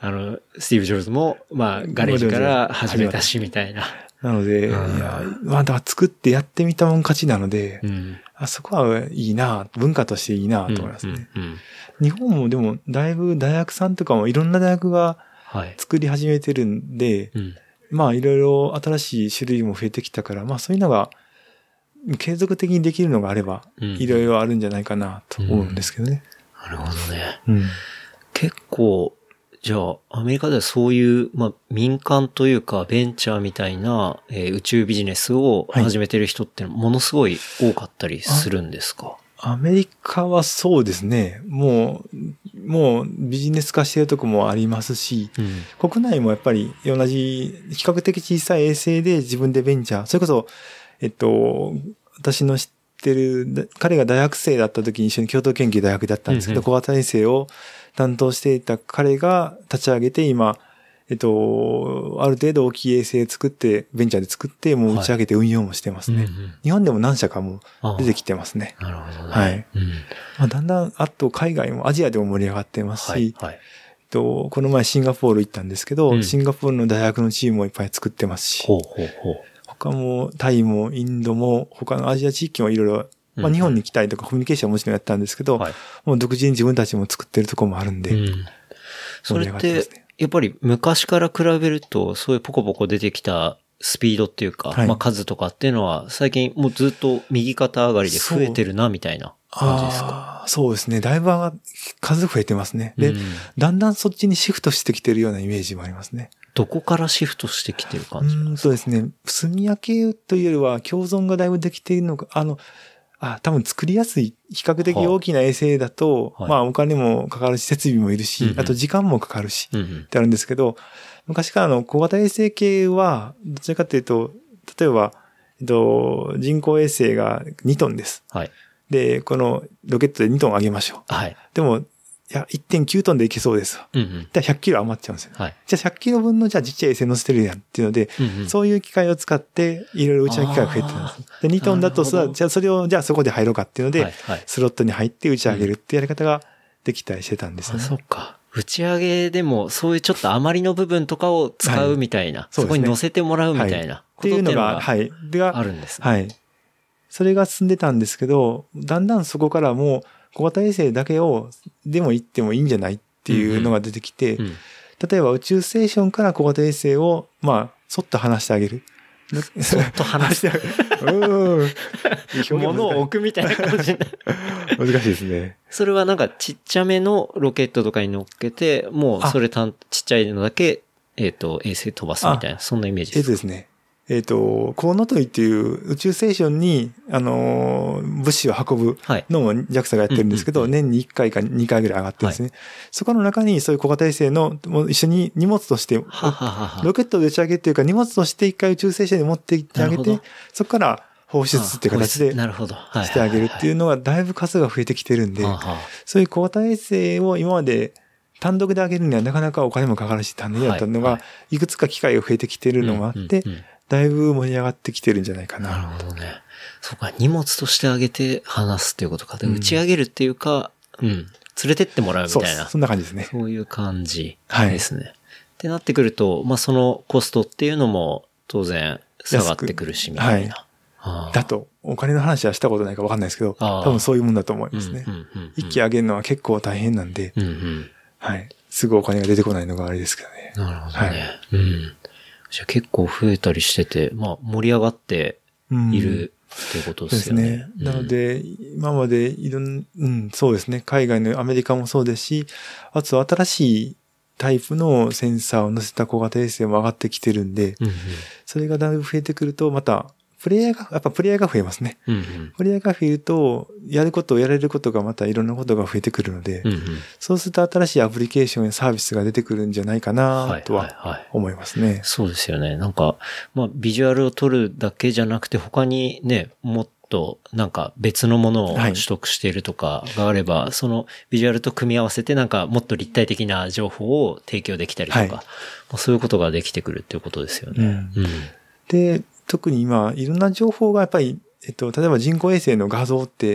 スティーブ・ジョブズも、まあ、ガレージから始めたし、みたいな。
なので、いや、まあ、だから作ってやってみたもん勝ちなので、あそこはいいな、文化としていいなと思いますね。日本もでも、だいぶ大学さんとかもいろんな大学が作り始めてるんで、まあ、いろいろ新しい種類も増えてきたから、まあ、そういうのが、継続的にできるのがあれば、いろいろあるんじゃないかなと思うんですけどね。
なるほどね。結構、じゃあ、アメリカではそういう、まあ、民間というか、ベンチャーみたいな、宇宙ビジネスを始めてる人ってものすごい多かったりするんですか？
アメリカはそうですね。もうビジネス化しているとこもありますし、国内もやっぱり同じ、比較的小さい衛星で自分でベンチャー、それこそ、私の知ってる、彼が大学生だった時に一緒に共同研究大学だったんですけど、小型衛星を担当していた彼が立ち上げて今、ある程度大きい衛星作って、ベンチャーで作って、もう打ち上げて運用もしてますね。日本でも何社かも出てきてますね。
なるほどね。
はい。まあ、だんだん、あと海外もアジアでも盛り上がってますし、この前シンガポール行ったんですけど、シンガポールの大学のチームもいっぱい作ってますし、他もタイもインドも他のアジア地域もいろいろ、まあ日本に来たりとかコミュニケーションはもちろんやったんですけど、もう独自に自分たちも作ってるところもあるんで、
それって、やっぱり昔から比べると、そういうポコポコ出てきたスピードっていうか、まあ数とかっていうのは、最近もうずっと右肩上がりで増えてるな、みたいな感じですか？
そうですね。だいぶ数増えてますね。で、だんだんそっちにシフトしてきてるようなイメージもありますね。
どこからシフトしてきてる感じなんですか？
そうですね。住み分けというよりは、共存がだいぶできているのか、多分作りやすい、比較的大きな衛星だと、まあお金もかかるし、設備もいるし、あと時間もかかるし、ってあるんですけど、昔から小型衛星系は、どちらかというと、例えば、人工衛星が2トンです。で、このロケットで2トン上げましょう。でも、1.9 トンでいけそうです。じゃあ100キロ余っちゃうんですよ。じゃあ100キロ分のじゃあちっちゃい衛星乗せてるやんっていうので、そういう機械を使っていろいろ打ち上げ機械が増えてるんです。で、2トンだとじゃあそれを、じゃあそこで入ろうかっていうので、スロットに入って打ち上げるっていうやり方ができたりしてたんですよね。
そっか。打ち上げでもそういうちょっと余りの部分とかを使うみたいな。そこに乗せてもらうみたいな。
っていうのが、あ
るんですね。
それが進んでたんですけど、だんだんそこからもう小型衛星だけでも行ってもいいんじゃないっていうのが出てきて、例えば宇宙ステーションから小型衛星を、まあ、そっと離してあげる。
そっと離してあげる。物を置くみたいな感じになる。
難しいですね。
それはなんかちっちゃめのロケットとかに乗っけて、もうそれちっちゃいのだけ、衛星飛ばすみたいな、そんなイメージですか？
ですね。コウノトリっていう宇宙ステーションに、物資を運ぶのも JAXA がやってるんですけど、年に1回か2回ぐらい上がってるんですね。そこの中にそういう小型衛星の、もう一緒に荷物として、ロケットで打ち上げっていうか荷物として1回宇宙ステーションに持って行ってあげて、そこから放出っていう形でしてあげるっていうのがだいぶ数が増えてきてるんで、そういう小型衛星を今まで単独で上げるにはなかなかお金もかかるし、大変だったのが、いくつか機会が増えてきてるのがあって、だいぶ盛り上がってきてるんじゃないかな。
なるほどね。そうか、荷物としてあげて離すっていうことか。打ち上げるっていうか、連れてってもらうみたいな。
そんな感じですね。
そういう感じですね。ってなってくると、まあそのコストっていうのも当然下がってくるしみたいな。
だと、お金の話はしたことないか分かんないですけど、多分そういうもんだと思いますね。一気上げるのは結構大変なんで、すぐお金が出てこないのがあれですけどね。
なるほどね。じゃあ結構増えたりしてて、まあ盛り上がっているっていうことですよね。
ですね。なので、今までそうですね。海外のアメリカもそうですし、あと新しいタイプのセンサーを載せた小型衛星も上がってきてるんで、それがだいぶ増えてくると、また、プレイヤーが増えますね。プレイヤーが増えると、やれることがまたいろんなことが増えてくるので、そうすると新しいアプリケーションやサービスが出てくるんじゃないかなとは思いますね。
そうですよね。なんか、まあ、ビジュアルを撮るだけじゃなくて、他にね、もっとなんか別のものを取得しているとかがあれば、そのビジュアルと組み合わせてなんかもっと立体的な情報を提供できたりとか、そういうことができてくるっていうことですよね。
で、特に今、いろんな情報がやっぱり、例えば人工衛星の画像って、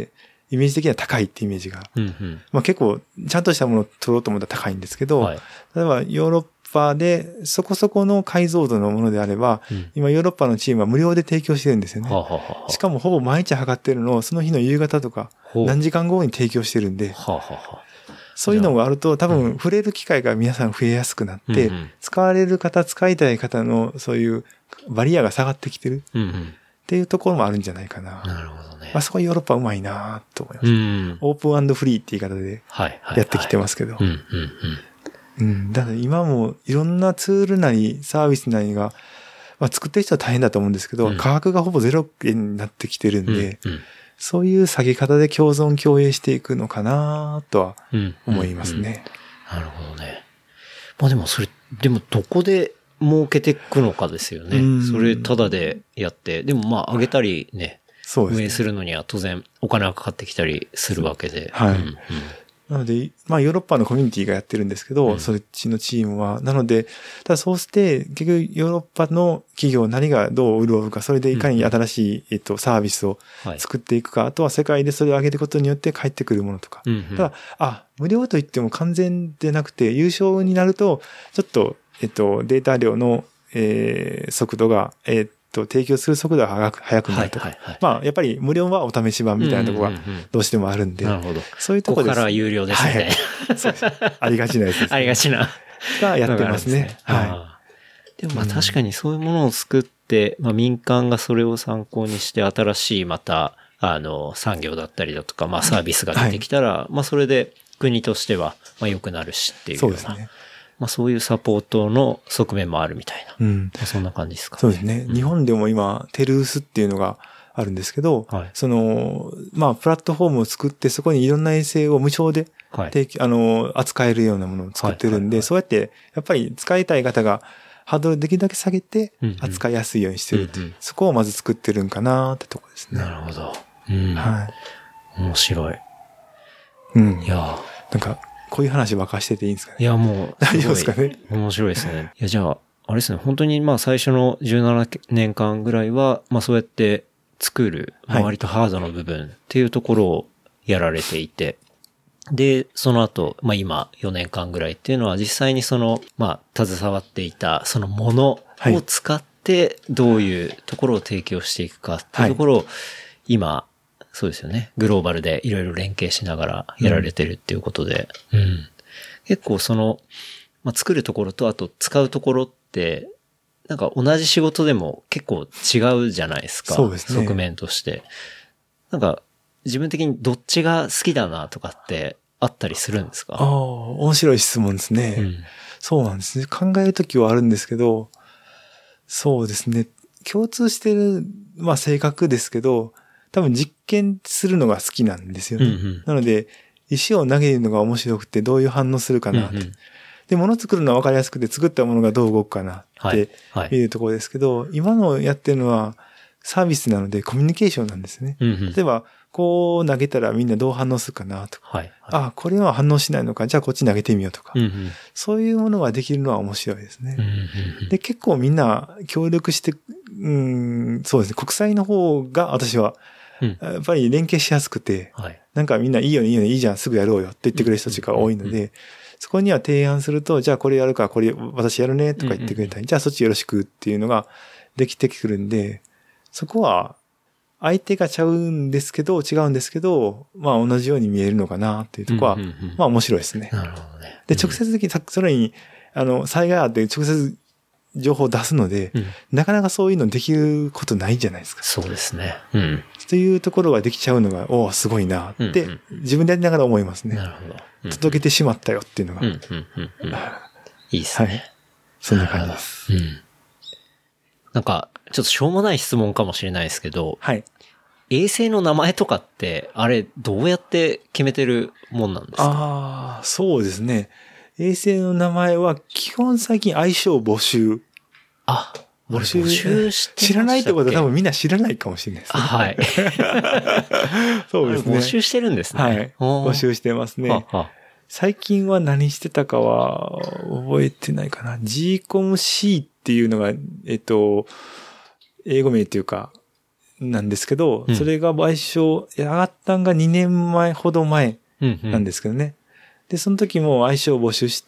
イメージ的には高いってイメージが。
うんうん。
まあ結構、ちゃんとしたものを取ろうと思ったら高いんですけど、
はい。
例えばヨーロッパでそこそこの解像度のものであれば、今ヨーロッパのチームは無料で提供してるんですよね。
はあはあはあ、
しかもほぼ毎日測ってるのをその日の夕方とか、何時間後に提供してるんで、
はあはあはあ、
そういうのがあると多分触れる機会が皆さん増えやすくなって、使われる方、使いたい方のそういうバリアが下がってきてるっていうところもあるんじゃないかな。
なるほどね。
まあそこヨーロッパうまいなと思います。オープン&フリーって言い方でやってきてますけど。だから今もいろんなツールなりサービスなりが、まあ、作ってる人は大変だと思うんですけど、価格がほぼ0円になってきてるんで、そういう下げ方で共存共栄していくのかなとは思いますね。
なるほどね。まあでもそれ、でもどこで儲けていくのかですよね。それただでやって、でもまあ上げたりね、運営するのには当然お金がかかってきたりするわけで。
はい。なので、まあヨーロッパのコミュニティがやってるんですけど、そっちのチームは。なので、ただそうして結局ヨーロッパの企業何がどう潤うか、それでいかに新しい、サービスを作っていくか、あとは世界でそれを上げることによって返ってくるものとか。ただ、無料といっても完全でなくて、優勝になると、ちょっと、データ量の、速度が、提供する速度が速くなるとか。まあ、やっぱり無料はお試し版みたいなところがどうしてもあるんで。
なるほど。
そういうところです。
ここからは有料ですね。
そうです。ありがちなやつです。
ありがちな。
がやってますね。
はい。でもまあ確かにそういうものを作って、まあ民間がそれを参考にして新しいまた、産業だったりだとか、まあサービスが出てきたら、まあそれで国としては、まあ良くなるしっていうような。そうですね。まあそういうサポートの側面もあるみたいな。そんな感じですかね。
そうですね。日本でも今、テルースっていうのがあるんですけど、まあプラットフォームを作ってそこにいろんな衛星を無償で、扱えるようなものを作ってるんで、そうやってやっぱり使いたい方がハードルできるだけ下げて扱いやすいようにしてるって、そこをまず作ってるんかなってとこですね。
なるほど。はい。面白い。いや
なんか、こういう話ばかしてていいんですかね。
いや、もう、
大丈夫ですかね。
面白いですね。いや、じゃあ、あれですね、本当にまあ最初の17年間ぐらいは、まあそうやって作る、割とハードの部分っていうところをやられていて、で、その後、まあ今4年間ぐらいっていうのは実際にまあ携わっていたそのものを使ってどういうところを提供していくかっていうところを今、そうですよね。グローバルでいろいろ連携しながらやられてるっていうことで。結構まあ、作るところとあと使うところって、なんか同じ仕事でも結構違うじゃないですか。そうですね。側面として。なんか自分的にどっちが好きだなとかってあったりするんですか？
面白い質問ですね。そうなんですね。考えるときはあるんですけど、そうですね。共通してる、まあ性格ですけど、多分実験するのが好きなんですよね。なので、石を投げるのが面白くてどういう反応するかなって。で、物作るのは分かりやすくて作ったものがどう動くかなっていうところですけど、今のやってるのはサービスなのでコミュニケーションなんですね。例えば、こう投げたらみんなどう反応するかなとか。これは反応しないのか。じゃあこっち投げてみようとか。そういうものができるのは面白いですね。で、結構みんな協力して、そうですね。国際の方が私は、やっぱり連携しやすくて、なんかみんないいよねいいよねいいじゃんすぐやろうよって言ってくれる人たちが多いので、そこには提案すると、じゃあこれやるからこれ私やるねとか言ってくれたり、じゃあそっちよろしくっていうのができてくるんで、そこは相手が違うんですけど、まあ同じように見えるのかなっていうところは、まあ面白いですね。
なるほどね。
で、直接的にそれに、災害あって直接情報を出すので、なかなかそういうのできることないじゃないですか。
そうですね。
というところができちゃうのが、すごいなって、自分でやりながら思いますね。
なるほど。
届けてしまったよっていうのが。い
いですね。
そんな感じです。
なんか、ちょっとしょうもない質問かもしれないですけど、衛星の名前とかって、あれ、どうやって決めてるもんなんですか？
そうですね。衛星の名前は基本最近相性募集。
募集して
知らないってことは多分みんな知らないかもしれないですね。
はい。
そうですね。
募集してるんですね。
はい。募集してますね。最近は何してたかは覚えてないかな。GCOMC っていうのが、英語名っていうか、 なんですけど、
うん
それが賠償、上がったんが2年前ほど前
うんうん。
なんですけどね。で、その時も愛称を募集して、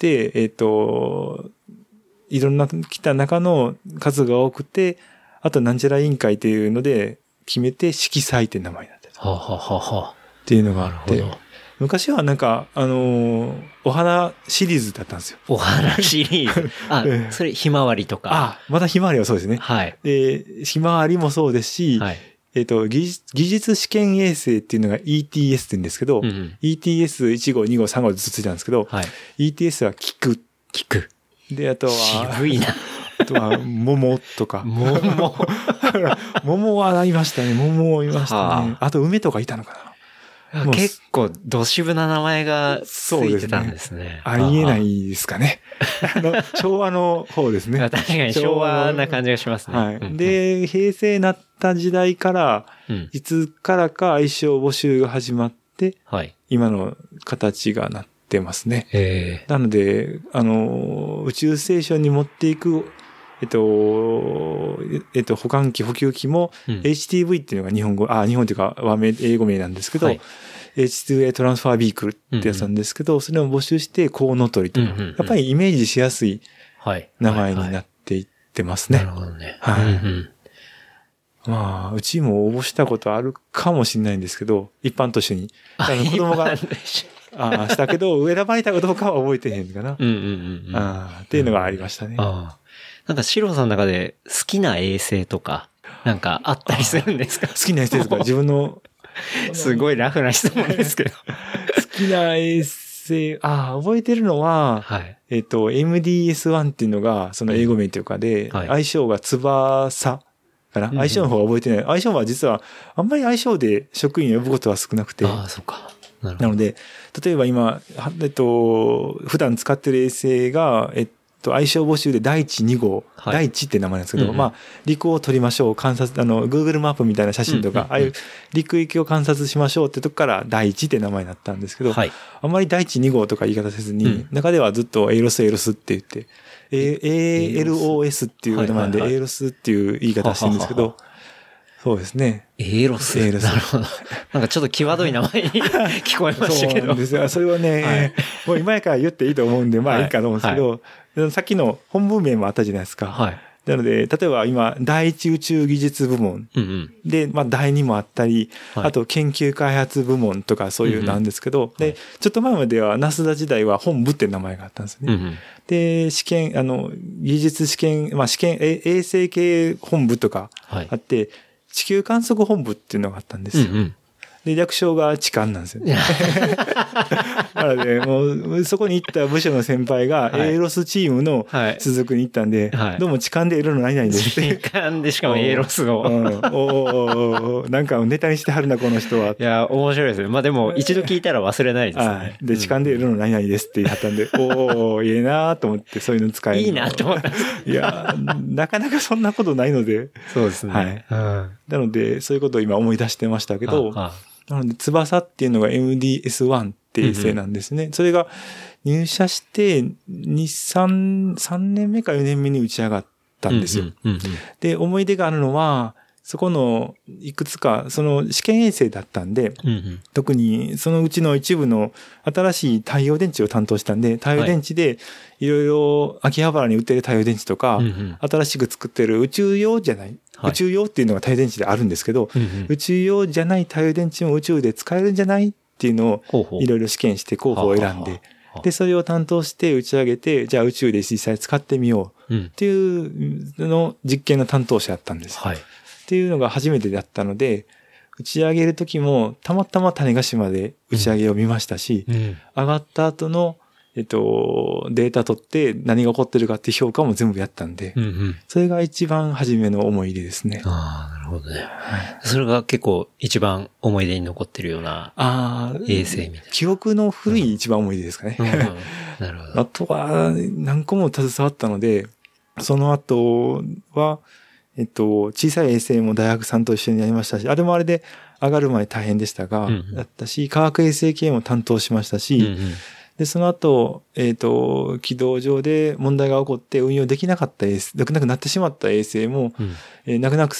いろんな来た中の数が多くて、あとなんちゃら委員会っていうので決めて色彩って名前になってた。
はあ、はあはあはあ、
っていうのがあって
なるほど。
昔はなんか、お花シリーズだったんですよ。
お花シリーズ。あ
え、え
それ、ひまわりとか。
あ、またひまわりはそうですね。
はい。
で、ひまわりもそうですし、
はい。
技術試験衛星っていうのが ETS って言うんですけど、
うんうん、
ETS1 号、2号、3号ずつついたんですけど、
はい。
ETS は菊。
菊。
で、あとは、
渋いな。
あとは、桃とか。
桃。
桃はありましたね。桃いました
は
ね。あと、梅とかいたのかな。もう
結構、どしぶな名前がついてたんですね。
ありえないですかね。昭和の方ですね。
確かに昭和な感じがしますね。
はい。
うんうん、
で、平成になった時代から、
うん
いつからか愛称募集が始まって、
はい。
今の形がなってますね。
え
なので、宇宙ステーションに持っていく、保管機、補給機も、
うん
HTV っていうのが日本本っていうか和名、英語名なんですけど、
はい
H2A トランスファービークルってやつなんですけど、それを募集して、コウノトリとか、
うんうんうん
やっぱりイメージしやすい
はい。
名前になっていってますね。
なるほどね。
はい
うんうん
まあ、うちも応募したことあるかもしれないんですけど、一般都市に。
あ
子供が、
今でし
したけど、選ばれたかどうかは覚えてへんかな。
ょうんうんうんうん。
っていうのがありましたね。
ああ。なんか、シロさんの中で好きな衛星とか、なんかあったりするんですか？
好きな衛星ですか自分の。
すごいラフな質問ですけど。
好きな衛星、覚えてるのは、
はい。
MDS1 っていうのが、その英語名というかで、
はい
相性が翼かな、
うんうん
相性の方は覚えてない。相性は実は、あんまり相性で職員を呼ぶことは少なくて。
ああ、そっか。なるほど。
なので、例えば今、普段使ってる衛星が、相性募集で第一2号、
はい
第一って名前なんですけど、
うんうん
まあ、陸を取りましょう、観察、Google マップみたいな写真とか、
うんうんうん
ああいう陸域を観察しましょうってとこから第一って名前になったんですけど、
はい。
あんまり第一2号とか言い方せずに、
うん
中ではずっとエイロスって言って、ALOS っていう名前なんで、
はいはいはい
エイロスっていう言い方してるんですけ
はは
ど、そうですね。
エーロス。
エーロス
なるほど。なんかちょっと際どい名前に聞こえましたけど。
そうなんですよ。それはね、
はい
もう今から言っていいと思うんで、ま
はい
あいいかと思うんですけど、さっきの本文名もあったじゃないですか。
はい。
なので、例えば今、第一宇宙技術部門
うんうん。
で、まあ第二もあったり、
はい
あと研究開発部門とかそういうのなんですけど、
うんうん
で、ちょっと前まではナスダ時代は本部って名前があったんですね。
うんうん。
で、技術試験、まあ試験、衛星系本部とか
はい
あ。って、地球観測本部っていうのがあったんですよ。
うんうん。
で、略称が痴漢なんですよね。なので、もう、そこに行った部署の先輩が、
はい
エーロスチームの
はい
所属に行ったんで、
はい
どうも痴漢でエロの何々ですって。
時間でしかもエーロスを。
なんかネタにしてはるな、この人は。
いや、面白いですね。まあでも、一度聞いたら忘れないですね。
で、痴漢でエロの何々ですって言いはったんで、いいなと思って、そういうの使えるの。
いいなと思った。
いや、なかなかそんなことないので。
そうですね。
はい
うん。
なので、そういうことを今思い出してましたけど、
あ
なので、翼っていうのが MDS1 って衛星なんですね。それが入社して3年目か4年目に打ち上がったんですよ。
うんうんうん
で、思い出があるのは、そこのいくつか、その試験衛星だったんで、
うんうん
特にそのうちの一部の新しい太陽電池を担当したんで、太陽電池でいろいろ秋葉原に売ってる太陽電池とか、
うんうん
新しく作ってる宇宙用じゃない、
はい
宇宙用っていうのが太陽電池であるんですけど、
うんうん
宇宙用じゃない太陽電池も宇宙で使えるんじゃないっていうのを
ほうほう
いろいろ試験して候補を選ん
はあは
で、
あはあ
で、それを担当して打ち上げて、じゃあ宇宙で実際使ってみよう
うん
っていうの実験の担当者やったんですよ。
はい。
っていうのが初めてだったので、打ち上げる時もたまたま種子島で打ち上げを見ましたし、
うん。
上がった後の、データ取って何が起こってるかっていう評価も全部やったんで、
うんうん。
それが一番初めの思い出ですね。
ああ、なるほどね。それが結構一番思い出に残ってるような衛星みたいな。
記憶の古い一番思い出ですかね。
うんうんなるほど。
あとは何個も携わったので、その後は、小さい衛星も大学さんと一緒にやりましたし、あれもあれで上がる前大変でしたが、
うんうん
だったし、科学衛星系も担当しましたし、
うんうん
で、その後、軌道上で問題が起こって運用できなかった衛星、できなくなってしまった衛星も、なくなる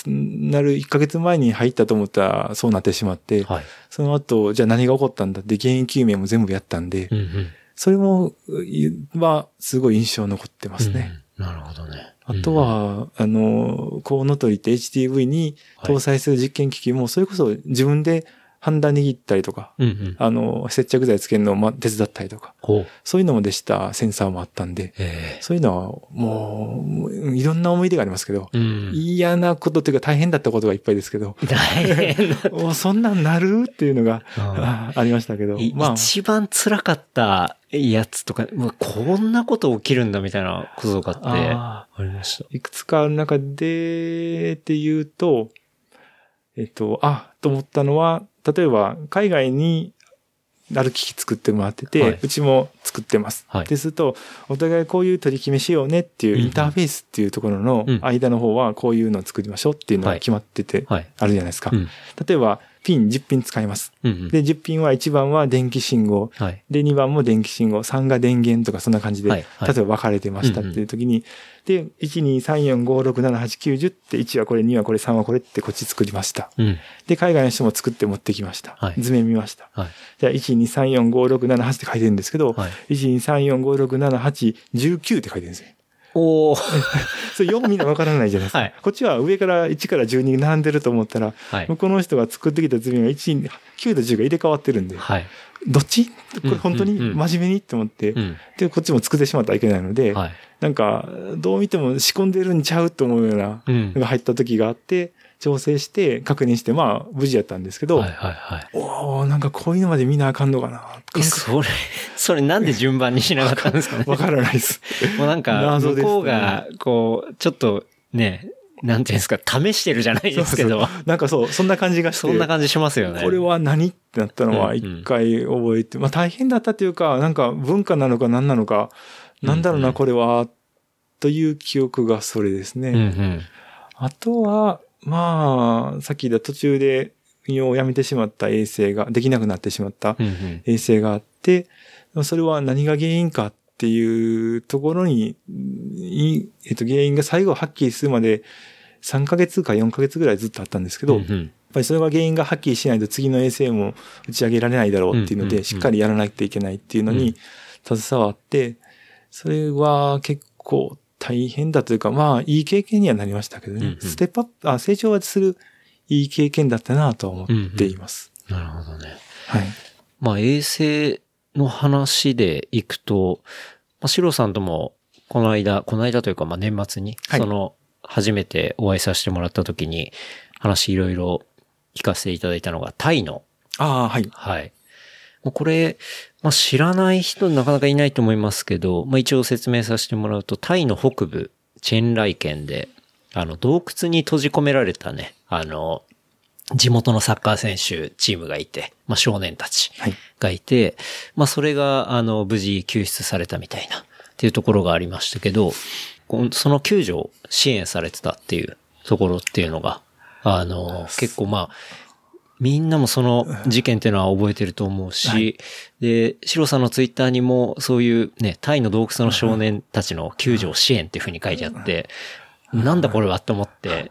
1ヶ月前に入ったと思ったらそうなってしまって、はい、その後、じゃあ何が起こったんだって原因究明も全部やったんで、それも、すごい印象残ってますね。
なるほどね。
あとは、コウノトリって HTV に搭載する実験機器も、それこそ自分でハンダ握ったりとか、接着剤つけるのを手伝ったりとか、そういうのもでしたセンサーもあったんで、そういうのはもう、いろんな思い出がありますけど、嫌なことというか大変だったことがいっぱいですけど、大変そんなんなるっていうのがありましたけど、
一番辛かったやつとか、こんなこと起きるんだみたいなこととかってありました。
いくつかある中でっていうと、と思ったのは、例えば海外にある機器作ってもらってて、はい、うちも作ってます。はい、ですると、お互いこういう取り決めしようねっていうインターフェースっていうところの間の方はこういうのを作りましょうっていうのが決まっててあるじゃないですか。例えば、ピン10ピン使います。で、10ピンは1番は電気信号。で、2番も電気信号。3が電源とかそんな感じで、例えば分かれてましたっていう時に、で、1、2、3、4、5、6、7、8、9、10って1はこれ、2はこれ、3はこれってこっち作りました。で、海外の人も作って持ってきました。図面見ました。じゃあ、1、2、3、4、5、6、7、8って書いてるんですけど、1、2、3、4、5、6、7、8、19って書いてるんですよ。
おー。
それ4みんなわからないじゃないですか。はい、こっちは上から1から12並んでると思ったら、はい、向こうの人が作ってきた図面が1、9と10が入れ替わってるんで、はい、どっちこれ本当に真面目にって思って、で、こっちも作ってしまったらいけないので、なんか、どう見ても仕込んでるんちゃうと思うようなのが入った時があって、調整して確認して無事やったんですけど、なんかこういうのまで見なあかんのかな。
それなんで順番にしなかったんですかね。
わからないです。
もうなんか、向こうが、こう、ちょっとね、なんていうんですか、試してるじゃないですけど。
なんかそんな感じがして。
そんな感じしますよね。
これは何ってなったのは一回覚えて、大変だったというか、なんか文化なのか何なのか、なんだろうな、これは、という記憶がそれですね。あとは、さっき言った途中で運用をやめてしまった衛星が、できなくなってしまった衛星があって、それは何が原因かっていうところに、原因が最後はっきりするまで3ヶ月か4ヶ月ぐらいずっとあったんですけど、やっぱりそれが原因がはっきりしないと次の衛星も打ち上げられないだろうっていうので、しっかりやらないといけないっていうのに携わって、それは結構大変だというか、いい経験にはなりましたけどね。ステップアップ、成長はするいい経験だったなと思っています。
なるほどね。はい。衛星の話でいくと、シロさんともこの間というか、年末に、初めてお会いさせてもらった時に話いろいろ聞かせていただいたのがタイの。
はい。
はい。これ、知らない人なかなかいないと思いますけど、一応説明させてもらうと、タイの北部、チェンライ県で、洞窟に閉じ込められたね、地元のサッカー選手チームがいて、少年たちがいて、それが、無事救出されたみたいな、っていうところがありましたけど、その救助を支援されてたっていうところっていうのが、結構みんなもその事件っていうのは覚えてると思うし、で、シロさんのツイッターにもそういうね、タイの洞窟の少年たちの救助支援っていう風に書いてあって、なんだこれはって思って、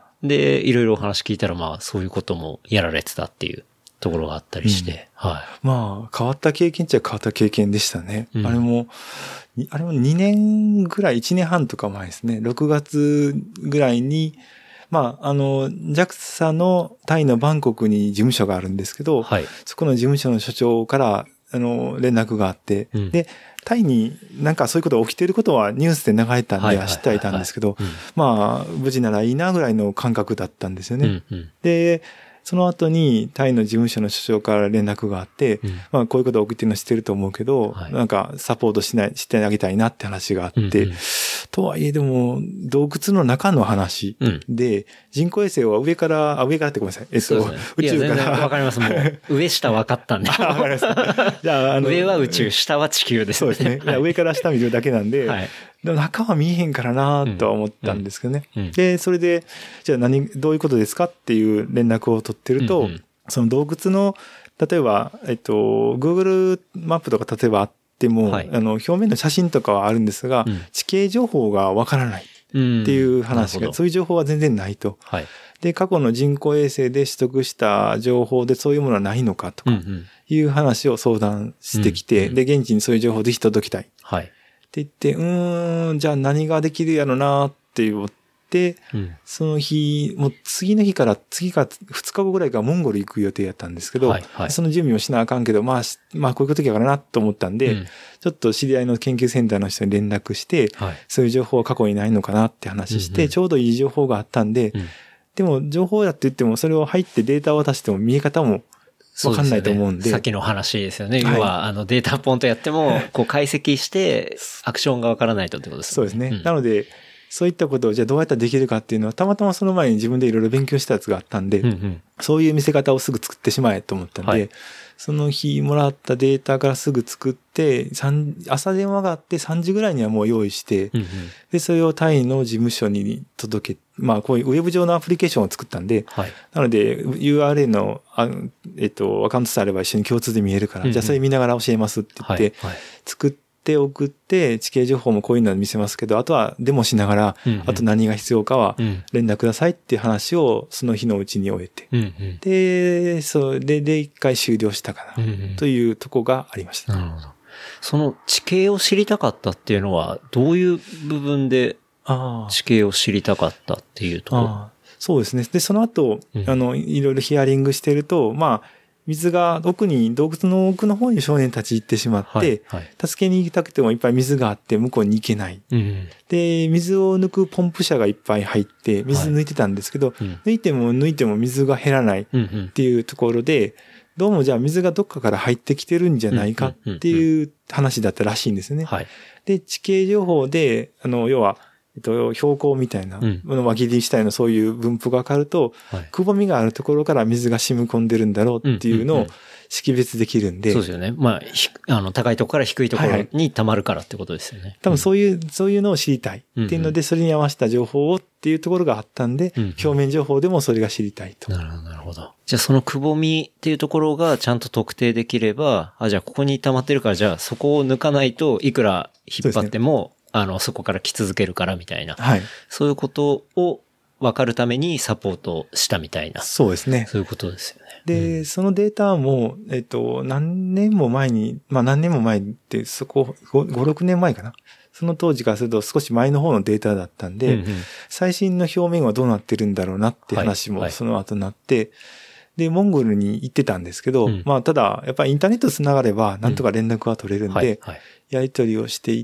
で、いろいろお話聞いたらそういうこともやられてたっていうところがあったりして、
変わった経験っちゃ変わった経験でしたね。あれも2年ぐらい、1年半とか前ですね。6月ぐらいに、JAXA のタイのバンコクに事務所があるんですけど、そこの事務所の所長から、連絡があって、で、タイになんかそういうことが起きていることはニュースで流れたんでは知ってはいたんですけど、無事ならいいなぐらいの感覚だったんですよね。で、その後にタイの事務所の所長から連絡があって、こういうことが起きてるの知ってると思うけど、なんかサポートしてあげたいなって話があって、とはいえでも洞窟の中の話で、人工衛星は上からってごめんなさい。宇宙から。
わかります。もう上下分かったんで。
わかります。じゃあ
上は宇宙、下は地球ですね。
そうですね。上から下見るだけなんで、でも中は見えへんからなとは思ったんですけどね。で、それで、じゃあどういうことですかっていう連絡を取ってると、その洞窟の、例えば、Google マップとか例えばあっっても、
はい
表面の写真とかはあるんですが、地形情報がわからないっていう話が、そういう情報は全然ないと。
はい。
で、過去の人工衛星で取得した情報でそういうものはないのかとか、いう話を相談してきて、で、現地にそういう情報をぜひ届きたい。
はい。
って言って、じゃあ何ができるやろなって言って、その日、もう次か2日後ぐらいからモンゴル行く予定やったんですけど、
はいはい、
その準備もしなあかんけど、まあこういうことやからなと思ったんで、ちょっと知り合いの研究センターの人に連絡して、そういう情報は過去にないのかなって話して、ちょうどいい情報があったんで、でも情報だって言ってもそれを入ってデータを渡しても見え方もわかんないと思うんで。
さっきの話ですよね。要は、データポンとやっても、こう解析して、アクションがわからないとってことですね。
そうですね。なので、そういったことをじゃあどうやったらできるかっていうのは、たまたまその前に自分でいろいろ勉強したやつがあったんで、そういう見せ方をすぐ作ってしまえと思ったんで、その日もらったデータからすぐ作って、朝電話があって3時ぐらいにはもう用意して、で、それをタイの事務所に届け、まあこういうウェブ上のアプリケーションを作ったんで、なので URL のアカウントさえあれば一緒に共通で見えるから、じゃあそれ見ながら教えますって言って、作って送って地形情報もこういうの見せますけど、あとはデモしながら、あと何が必要かは連絡くださいっていう話をその日のうちに終えて、で、それで一回終了したかなというとこがありました。
なるほど。その地形を知りたかったっていうのはどういう部分で地形を知りたかったっていうところ？
そうですね。で、その後、いろいろヒアリングしてると、まあ、水が洞窟の奥の方に少年たち行ってしまって、助けに行きたくてもいっぱい水があって向こうに行けない。で、水を抜くポンプ車がいっぱい入って、水抜いてたんですけど、抜いても水が減らないっていうところで、どうもじゃあ水がどっかから入ってきてるんじゃないかっていう話だったらしいんですね。で、地形情報で、要は、標高みたいな、輪切りしたいのそういう分布がわかると、くぼみがあるところから水が染み込んでるんだろうっていうのを識別できるんで。
そうですよね。まあ、高いところから低いところに溜まるからってことですよね。
多分そういうのを知りたいっていうので、それに合わせた情報をっていうところがあったんで、表面情報でもそれが知りたいと。
なるほど、なるほど。じゃあそのくぼみっていうところがちゃんと特定できれば、じゃあここに溜まってるから、じゃあそこを抜かないといくら引っ張っても、そこから来続けるからみたいな。そういうことを分かるためにサポートしたみたいな。
そうですね。
そういうことですよね。
で、そのデータも、何年も前ってそこ、5、6年前かな。その当時からすると少し前の方のデータだったんで、最新の表面はどうなってるんだろうなって話もその後になって、で、モンゴルに行ってたんですけど、まあ、ただ、やっぱりインターネット繋がれば、なんとか連絡は取れるんで、やり取りをしていって、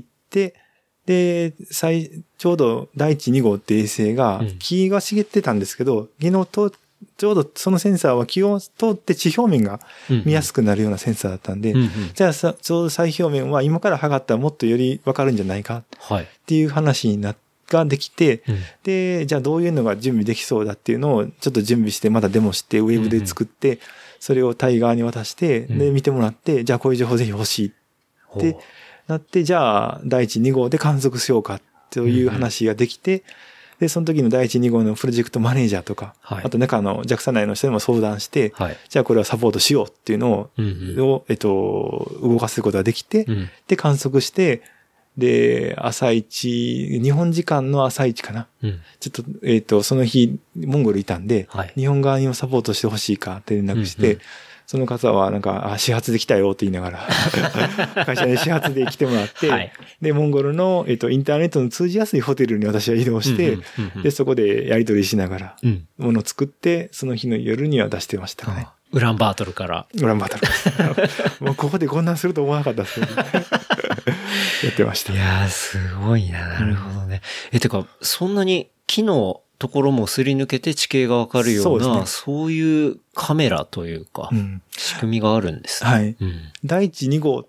で、ちょうど第一2号って衛星が、木が茂ってたんですけど、ちょうどそのセンサーは木を通って地表面が見やすくなるようなセンサーだったんで、じゃあちょうど最表面は今から測ったらもっとよりわかるんじゃないかっていう話ができて、で、じゃあどういうのが準備できそうだっていうのをちょっと準備してまたデモしてウェブで作って、それをタイ側に渡して、で、見てもらって、じゃあこういう情報ぜひ欲しいってなって、じゃあ第一2号で観測しようかという話ができて、で、その時の第一2号のプロジェクトマネージャーとか、あと中の JAXA 内の人にも相談して、じゃあこれはサポートしようっていうのを、動かすことができて、で、観測して、で、日本時間の朝一かな。ちょっと、その日、モンゴルいたんで、日本側にもサポートしてほしいかって連絡して、その方はなんか、始発で来たよって言いながら、会社に始発で来てもらって、で、モンゴルの、インターネットの通じやすいホテルに私は移動して、で、そこでやり取りしながら、ものを作って、その日の夜には出してましたね。
ウランバートルから。
ウランバートル。もうここでこんなんすると思わなかったですけど、ね、やってました。
いやー、すごいな。なるほどね。てか、そんなに木のところもすり抜けて地形がわかるような、そういうカメラというか、仕組みがあるんですね。
はい。第一2号って、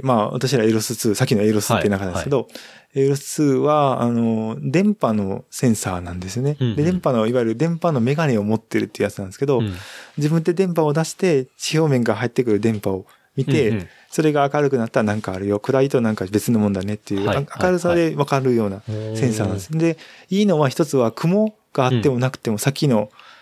まあ私らエロス2、さっきのエロスって中なんですけど、エロス2は、電波のセンサーなんですね。で、いわゆる電波のメガネを持ってるっていうやつなんですけど、自分で電波を出して、地表面から入ってくる電波を見て、それが明るくなったらなんかあるよ。暗いとなんか別のもんだねっていう、明るさでわかるようなセンサーなんです。で、いいのは一つは雲があってもなくても、さっきの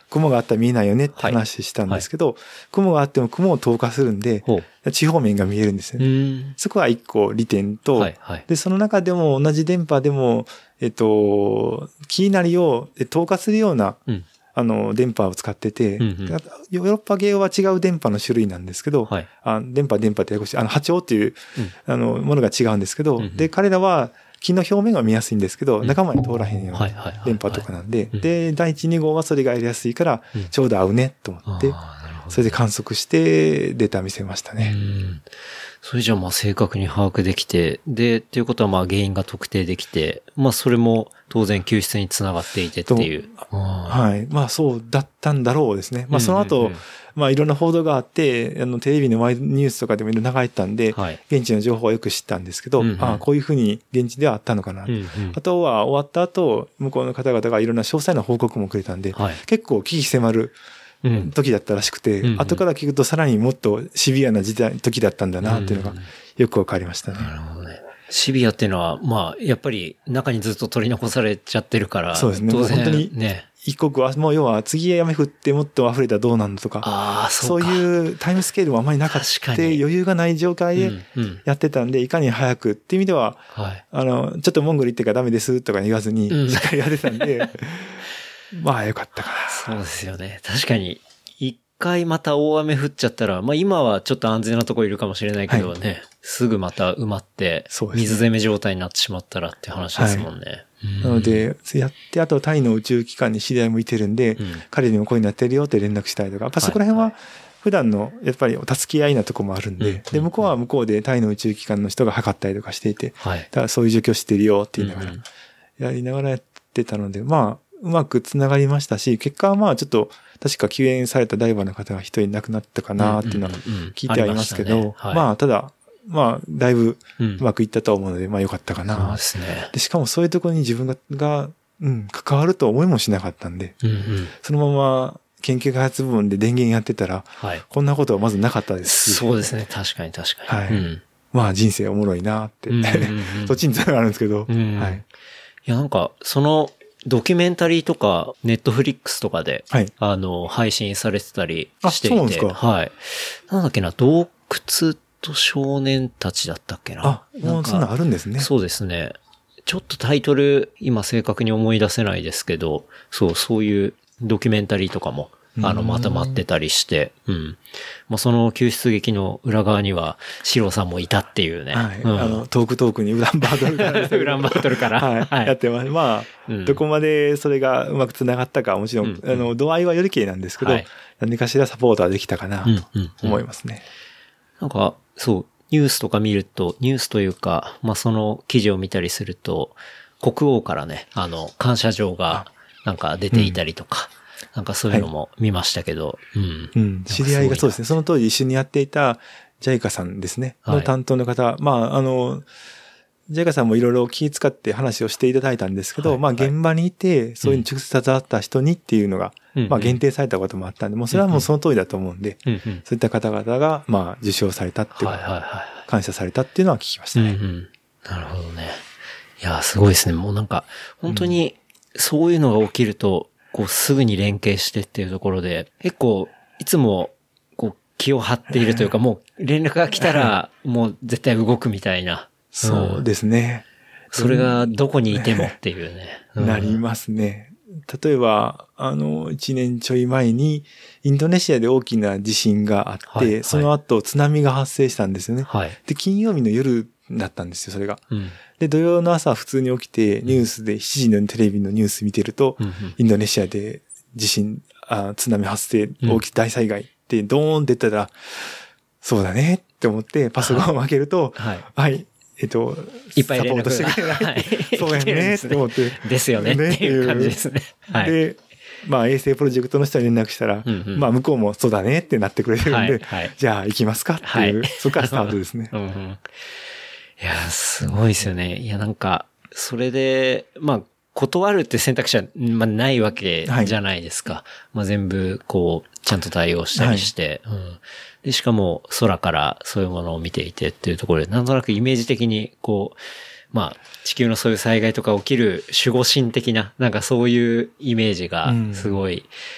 雲があったら見えないよねって話したんですけど、雲があっても雲を透過するんで、地方面が見えるんですよね。そこは一個利点と、で、その中でも同じ電波でも、キーなりを透過するような、電波を使ってて、ヨーロッパ系は違う電波の種類なんですけど、電波ってややこしい、波長っていう、ものが違うんですけど、で、彼らは木の表面は見やすいんですけど、仲間に通らへんような電波とかなんで、で、第1、2号はそれがやりやすいから、ちょうど合うね、と思って、それで観測してデータ見せましたね。
それじゃあ正確に把握できて、で、ということは原因が特定できて、それも当然救出につながっていてっていう。
はい。そうだったんだろうですね。その後、いろんな報道があって、テレビのワイドニュースとかでもいろいろ流れてたんで、現地の情報はよく知ったんですけど、こういうふうに現地ではあったのかな。あとは終わった後、向こうの方々がいろんな詳細な報告もくれたんで、結構危機迫る時だったらしくて、後から聞くとさらにもっとシビアな時だったんだなっていうのがよくわかりましたね。
なるほどね。シビアっていうのは、やっぱり中にずっと取り残されちゃってるから。
そうですね。
当然
本当に一刻は、要は次雨降ってもっと溢れたらどうなんだとか、そういうタイムスケールもあまりなかった、余裕がない状態でやってたんで、いかに早くっていう意味では、ちょっとモンゴル行ってからダメですとか言わずに、しっかりやってたんで、よかったか
な。そうですよね。確かに、一回また大雨降っちゃったら、今はちょっと安全なとこいるかもしれないけどね、すぐまた埋まって、水攻め状態になってしまったらって話ですもんね。
なので、やって、あとタイの宇宙機関に知り合いもいてるんで、彼にもこういうのやってるよって連絡したりとか、やっぱそこら辺は普段のやっぱりお助け合いなとこもあるんで、で、向こうは向こうでタイの宇宙機関の人が測ったりとかしていて、だからそういう状況知ってるよって言いながら、やりながらやってたので、うまく繋がりましたし、結果はちょっと確か救援されたダイバーの方が一人亡くなったかなっていうのは聞いてはいますけど、ただ、だいぶうまくいったと思うので、良かったかな。
そうですね。
で、しかもそういうところに自分が関わると思いもしなかったんで、そのまま研究開発部門で電源やってたら、こんなことはまずなかったですし。
そうですね。確かに。
人生おもろいなって。そっちにつながるんですけど。い
や、その、ドキュメンタリーとか、ネットフリックスとかで、配信されてたりしていて。
そうなんですか。
なんだっけな、洞窟と少年たちだったっけな。
もうそんなあるんですね。
そうですね。ちょっとタイトル、今正確に思い出せないですけど、そういうドキュメンタリーとかも、まとまってたりして、その救出劇の裏側には、シロさんもいたっていうね。
トークにウランバートルから。
ウランバートルから。
やってます。どこまでそれがうまく繋がったかはもちろん、度合いはよりきれいなんですけど、何かしらサポートはできたかな、と思いますね。
ニュースとか見ると、ニュースというか、その記事を見たりすると、国王からね、感謝状が出ていたりとか、そういうのも見ましたけど、
知り合いがそうですね、その当時一緒にやっていたジャイカさんですね、の担当の方、ジャイカさんもいろいろ気遣って話をしていただいたんですけど、現場にいて、そういうの直接携わった人にっていうのが、限定されたこともあったんで、もうそれはもうその通りだと思うんで、そういった方々が、受賞されたっていうか、感謝されたっていうのは聞きましたね。
なるほどね。いや、すごいですね。もう本当に、そういうのが起きると、すぐに連携してっていうところで、結構、いつも、気を張っているというか、もう連絡が来たら、もう絶対動くみたいな。
そうですね。
それがどこにいてもっていうね。
なりますね。例えば、1年ちょい前に、インドネシアで大きな地震があって、その後津波が発生したんですよね。で、金曜日の夜だったんですよ、それが。で、土曜の朝普通に起きて、ニュースで7時のテレビのニュース見てると、インドネシアで津波発生、大きい大災害ってドーンって出たら、そうだねって思ってパソコンを開けると、
いっぱい連絡が。
サポートしてくれない。そうやねって思って。
ですよねっていう感じですね。
で、衛星プロジェクトの人に連絡したら、向こうもそうだねってなってくれてるんで、じゃあ行きますかっていう、そこからスタートですね。
いや、すごいですよね。いや、それで、断るって選択肢は、ないわけじゃないですか。全部、ちゃんと対応したりして、で、しかも空からそういうものを見ていてっていうところで、なんとなくイメージ的に、地球のそういう災害とか起きる守護神的な、そういうイメージがすごい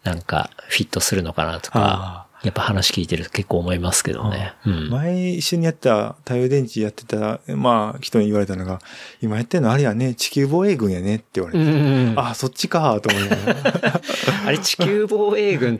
なんかフィットするのかなとか、やっぱ話聞いてると結構思いますけどね。
前一緒にやった太陽電池やってた、人に言われたのが、今やってるのあれやね、地球防衛軍やねって言われて。あ、そっちかと思いながら。
あれ地球防衛軍って、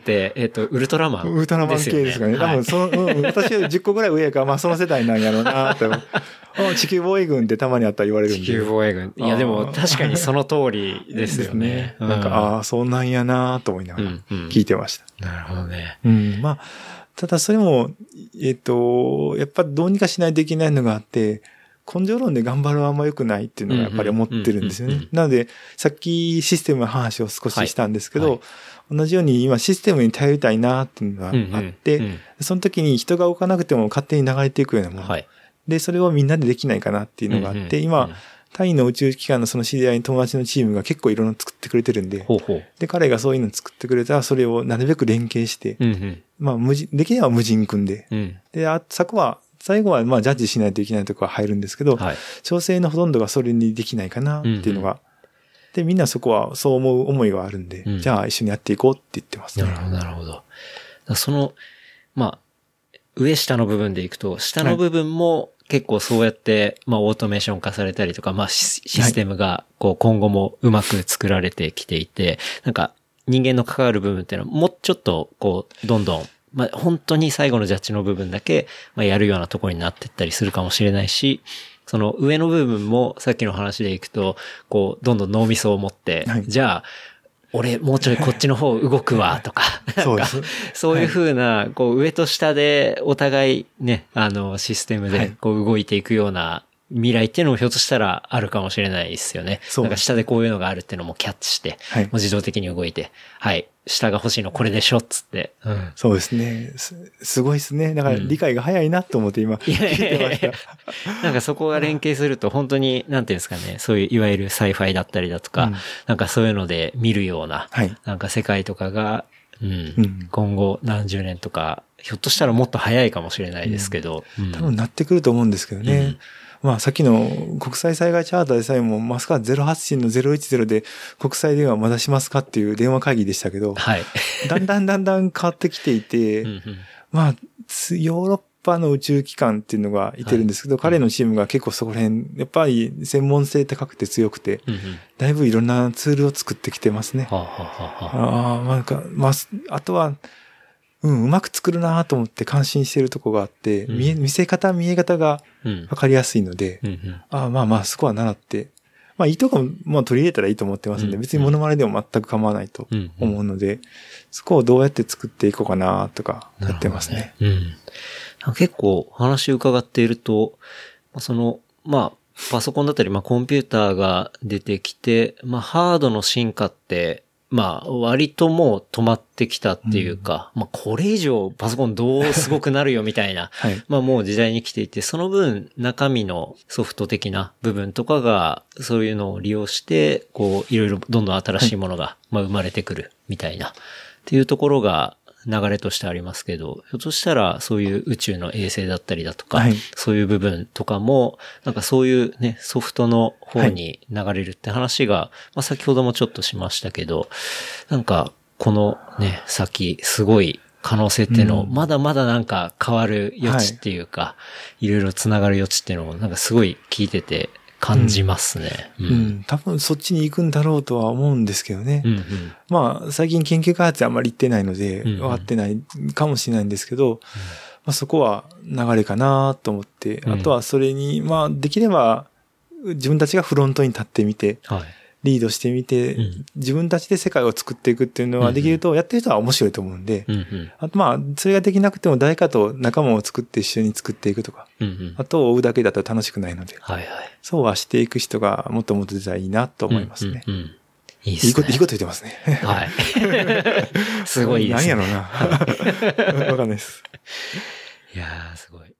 ウルトラマンですよね。
ウルトラマン系ですかね。多分私は10個ぐらい上やから、その世代なんやろうなと。地球防衛軍ってたまにあったら言われるんで。
地球防衛軍。いやでも確かにその通りですよね。
なんか、そうなんやなと思いながら聞いてました。
なるほどね。
ただそれも、やっぱどうにかしないといけないのがあって、根性論で頑張るはあんま良くないっていうのがやっぱり思ってるんですよね。なので、さっきシステムの話を少ししたんですけど、同じように今システムに頼りたいなっていうのがあって、その時に人が動かなくても勝手に流れていくようなもの。で、それをみんなでできないかなっていうのがあって、今、タイの宇宙機関のその知り合いの友達のチームが結構いろんな作ってくれてるんで、で、彼がそういうの作ってくれたら、それをなるべく連携して、できれば無人組んで、で、最後はジャッジしないといけないところは入るんですけど、調整のほとんどがそれにできないかなっていうのが、で、みんなそこはそう思う思いがあるんで、じゃあ一緒にやっていこうって言ってますね。
なるほど。その、上下の部分でいくと、下の部分も結構そうやって、オートメーション化されたりとか、システムが今後もうまく作られてきていて、なんか人間の関わる部分っていうのはもうちょっとどんどん、本当に最後のジャッジの部分だけ、やるようなところになっていったりするかもしれないし、その上の部分もさっきの話でいくと、どんどん脳みそを持って、じゃあ、俺もうちょいこっちの方動くわとか、そういう風な、上と下でお互いね、システムで動いていくような未来っていうのもひょっとしたらあるかもしれないですよね。なんか下でこういうのがあるっていうのもキャッチして、もう自動的に動いて、下が欲しいのこれでしょっつって。
そうですね。すごいですね。だから理解が早いなと思って今聞いてました。
なんかそこが連携すると本当に、なんていうんですかね、そういういわゆるサイファイだったりだとか、なんかそういうので見るような、なんか世界とかが、今後何十年とか、ひょっとしたらもっと早いかもしれないですけど。
多分なってくると思うんですけどね。さっきの国際災害チャーターでさえも、まさか08の010で国際電話まだしますかっていう電話会議でしたけど、だんだん変わってきていて、ヨーロッパの宇宙機関っていうのがいてるんですけど、彼のチームが結構そこら辺、やっぱり専門性高くて強くて、だいぶいろんなツールを作ってきてますね。あとは、うまく作るなと思って感心してるとこがあって、見え方がわかりやすいので、そこは習って、いいとこも取り入れたらいいと思ってますんで、別にモノマネでも全く構わないと思うので、そこをどうやって作っていこうかなとかやってますね。
結構話伺っていると、パソコンだったり、コンピューターが出てきて、ハードの進化って、割ともう止まってきたっていうか、これ以上パソコンどうすごくなるよみたいな、もう時代に来ていて、その分中身のソフト的な部分とかが、そういうのを利用して、いろいろどんどん新しいものが、生まれてくるみたいな、っていうところが流れとしてありますけど、ひょっとしたらそういう宇宙の衛星だったりだとか、そういう部分とかも、なんかそういうね、ソフトの方に流れるって話が、先ほどもちょっとしましたけど、なんかこのね、先すごい可能性っていうのを、まだまだなんか変わる余地っていうか、いろいろつながる余地っていうのをなんかすごい聞いてて感じますね。
多分そっちに行くんだろうとは思うんですけどね。最近研究開発あんまり行ってないので、分かってないかもしれないんですけど、そこは流れかなと思って、あとはそれに、できれば自分たちがフロントに立ってみて、リードしてみて、自分たちで世界を作っていくっていうのはできると、やってる人は面白いと思うんで、あとそれができなくても誰かと仲間を作って一緒に作っていくとか、あとを追うだけだと楽しくないので、そうはしていく人がもっともっと出たらいいなと思いますね。
いいこと
言ってますね。
すごいですね。
何やろな。わかんないです。
いやー、すごい。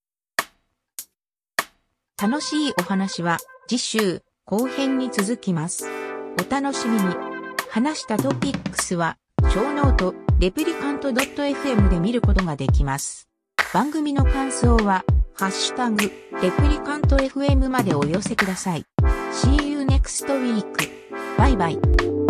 楽しいお話は次週後編に続きます。お楽しみに。話したトピックスは、小ノート、レプリカント .fm で見ることができます。番組の感想は、ハッシュタグ、レプリカント FM までお寄せください。See you next week. バイバイ。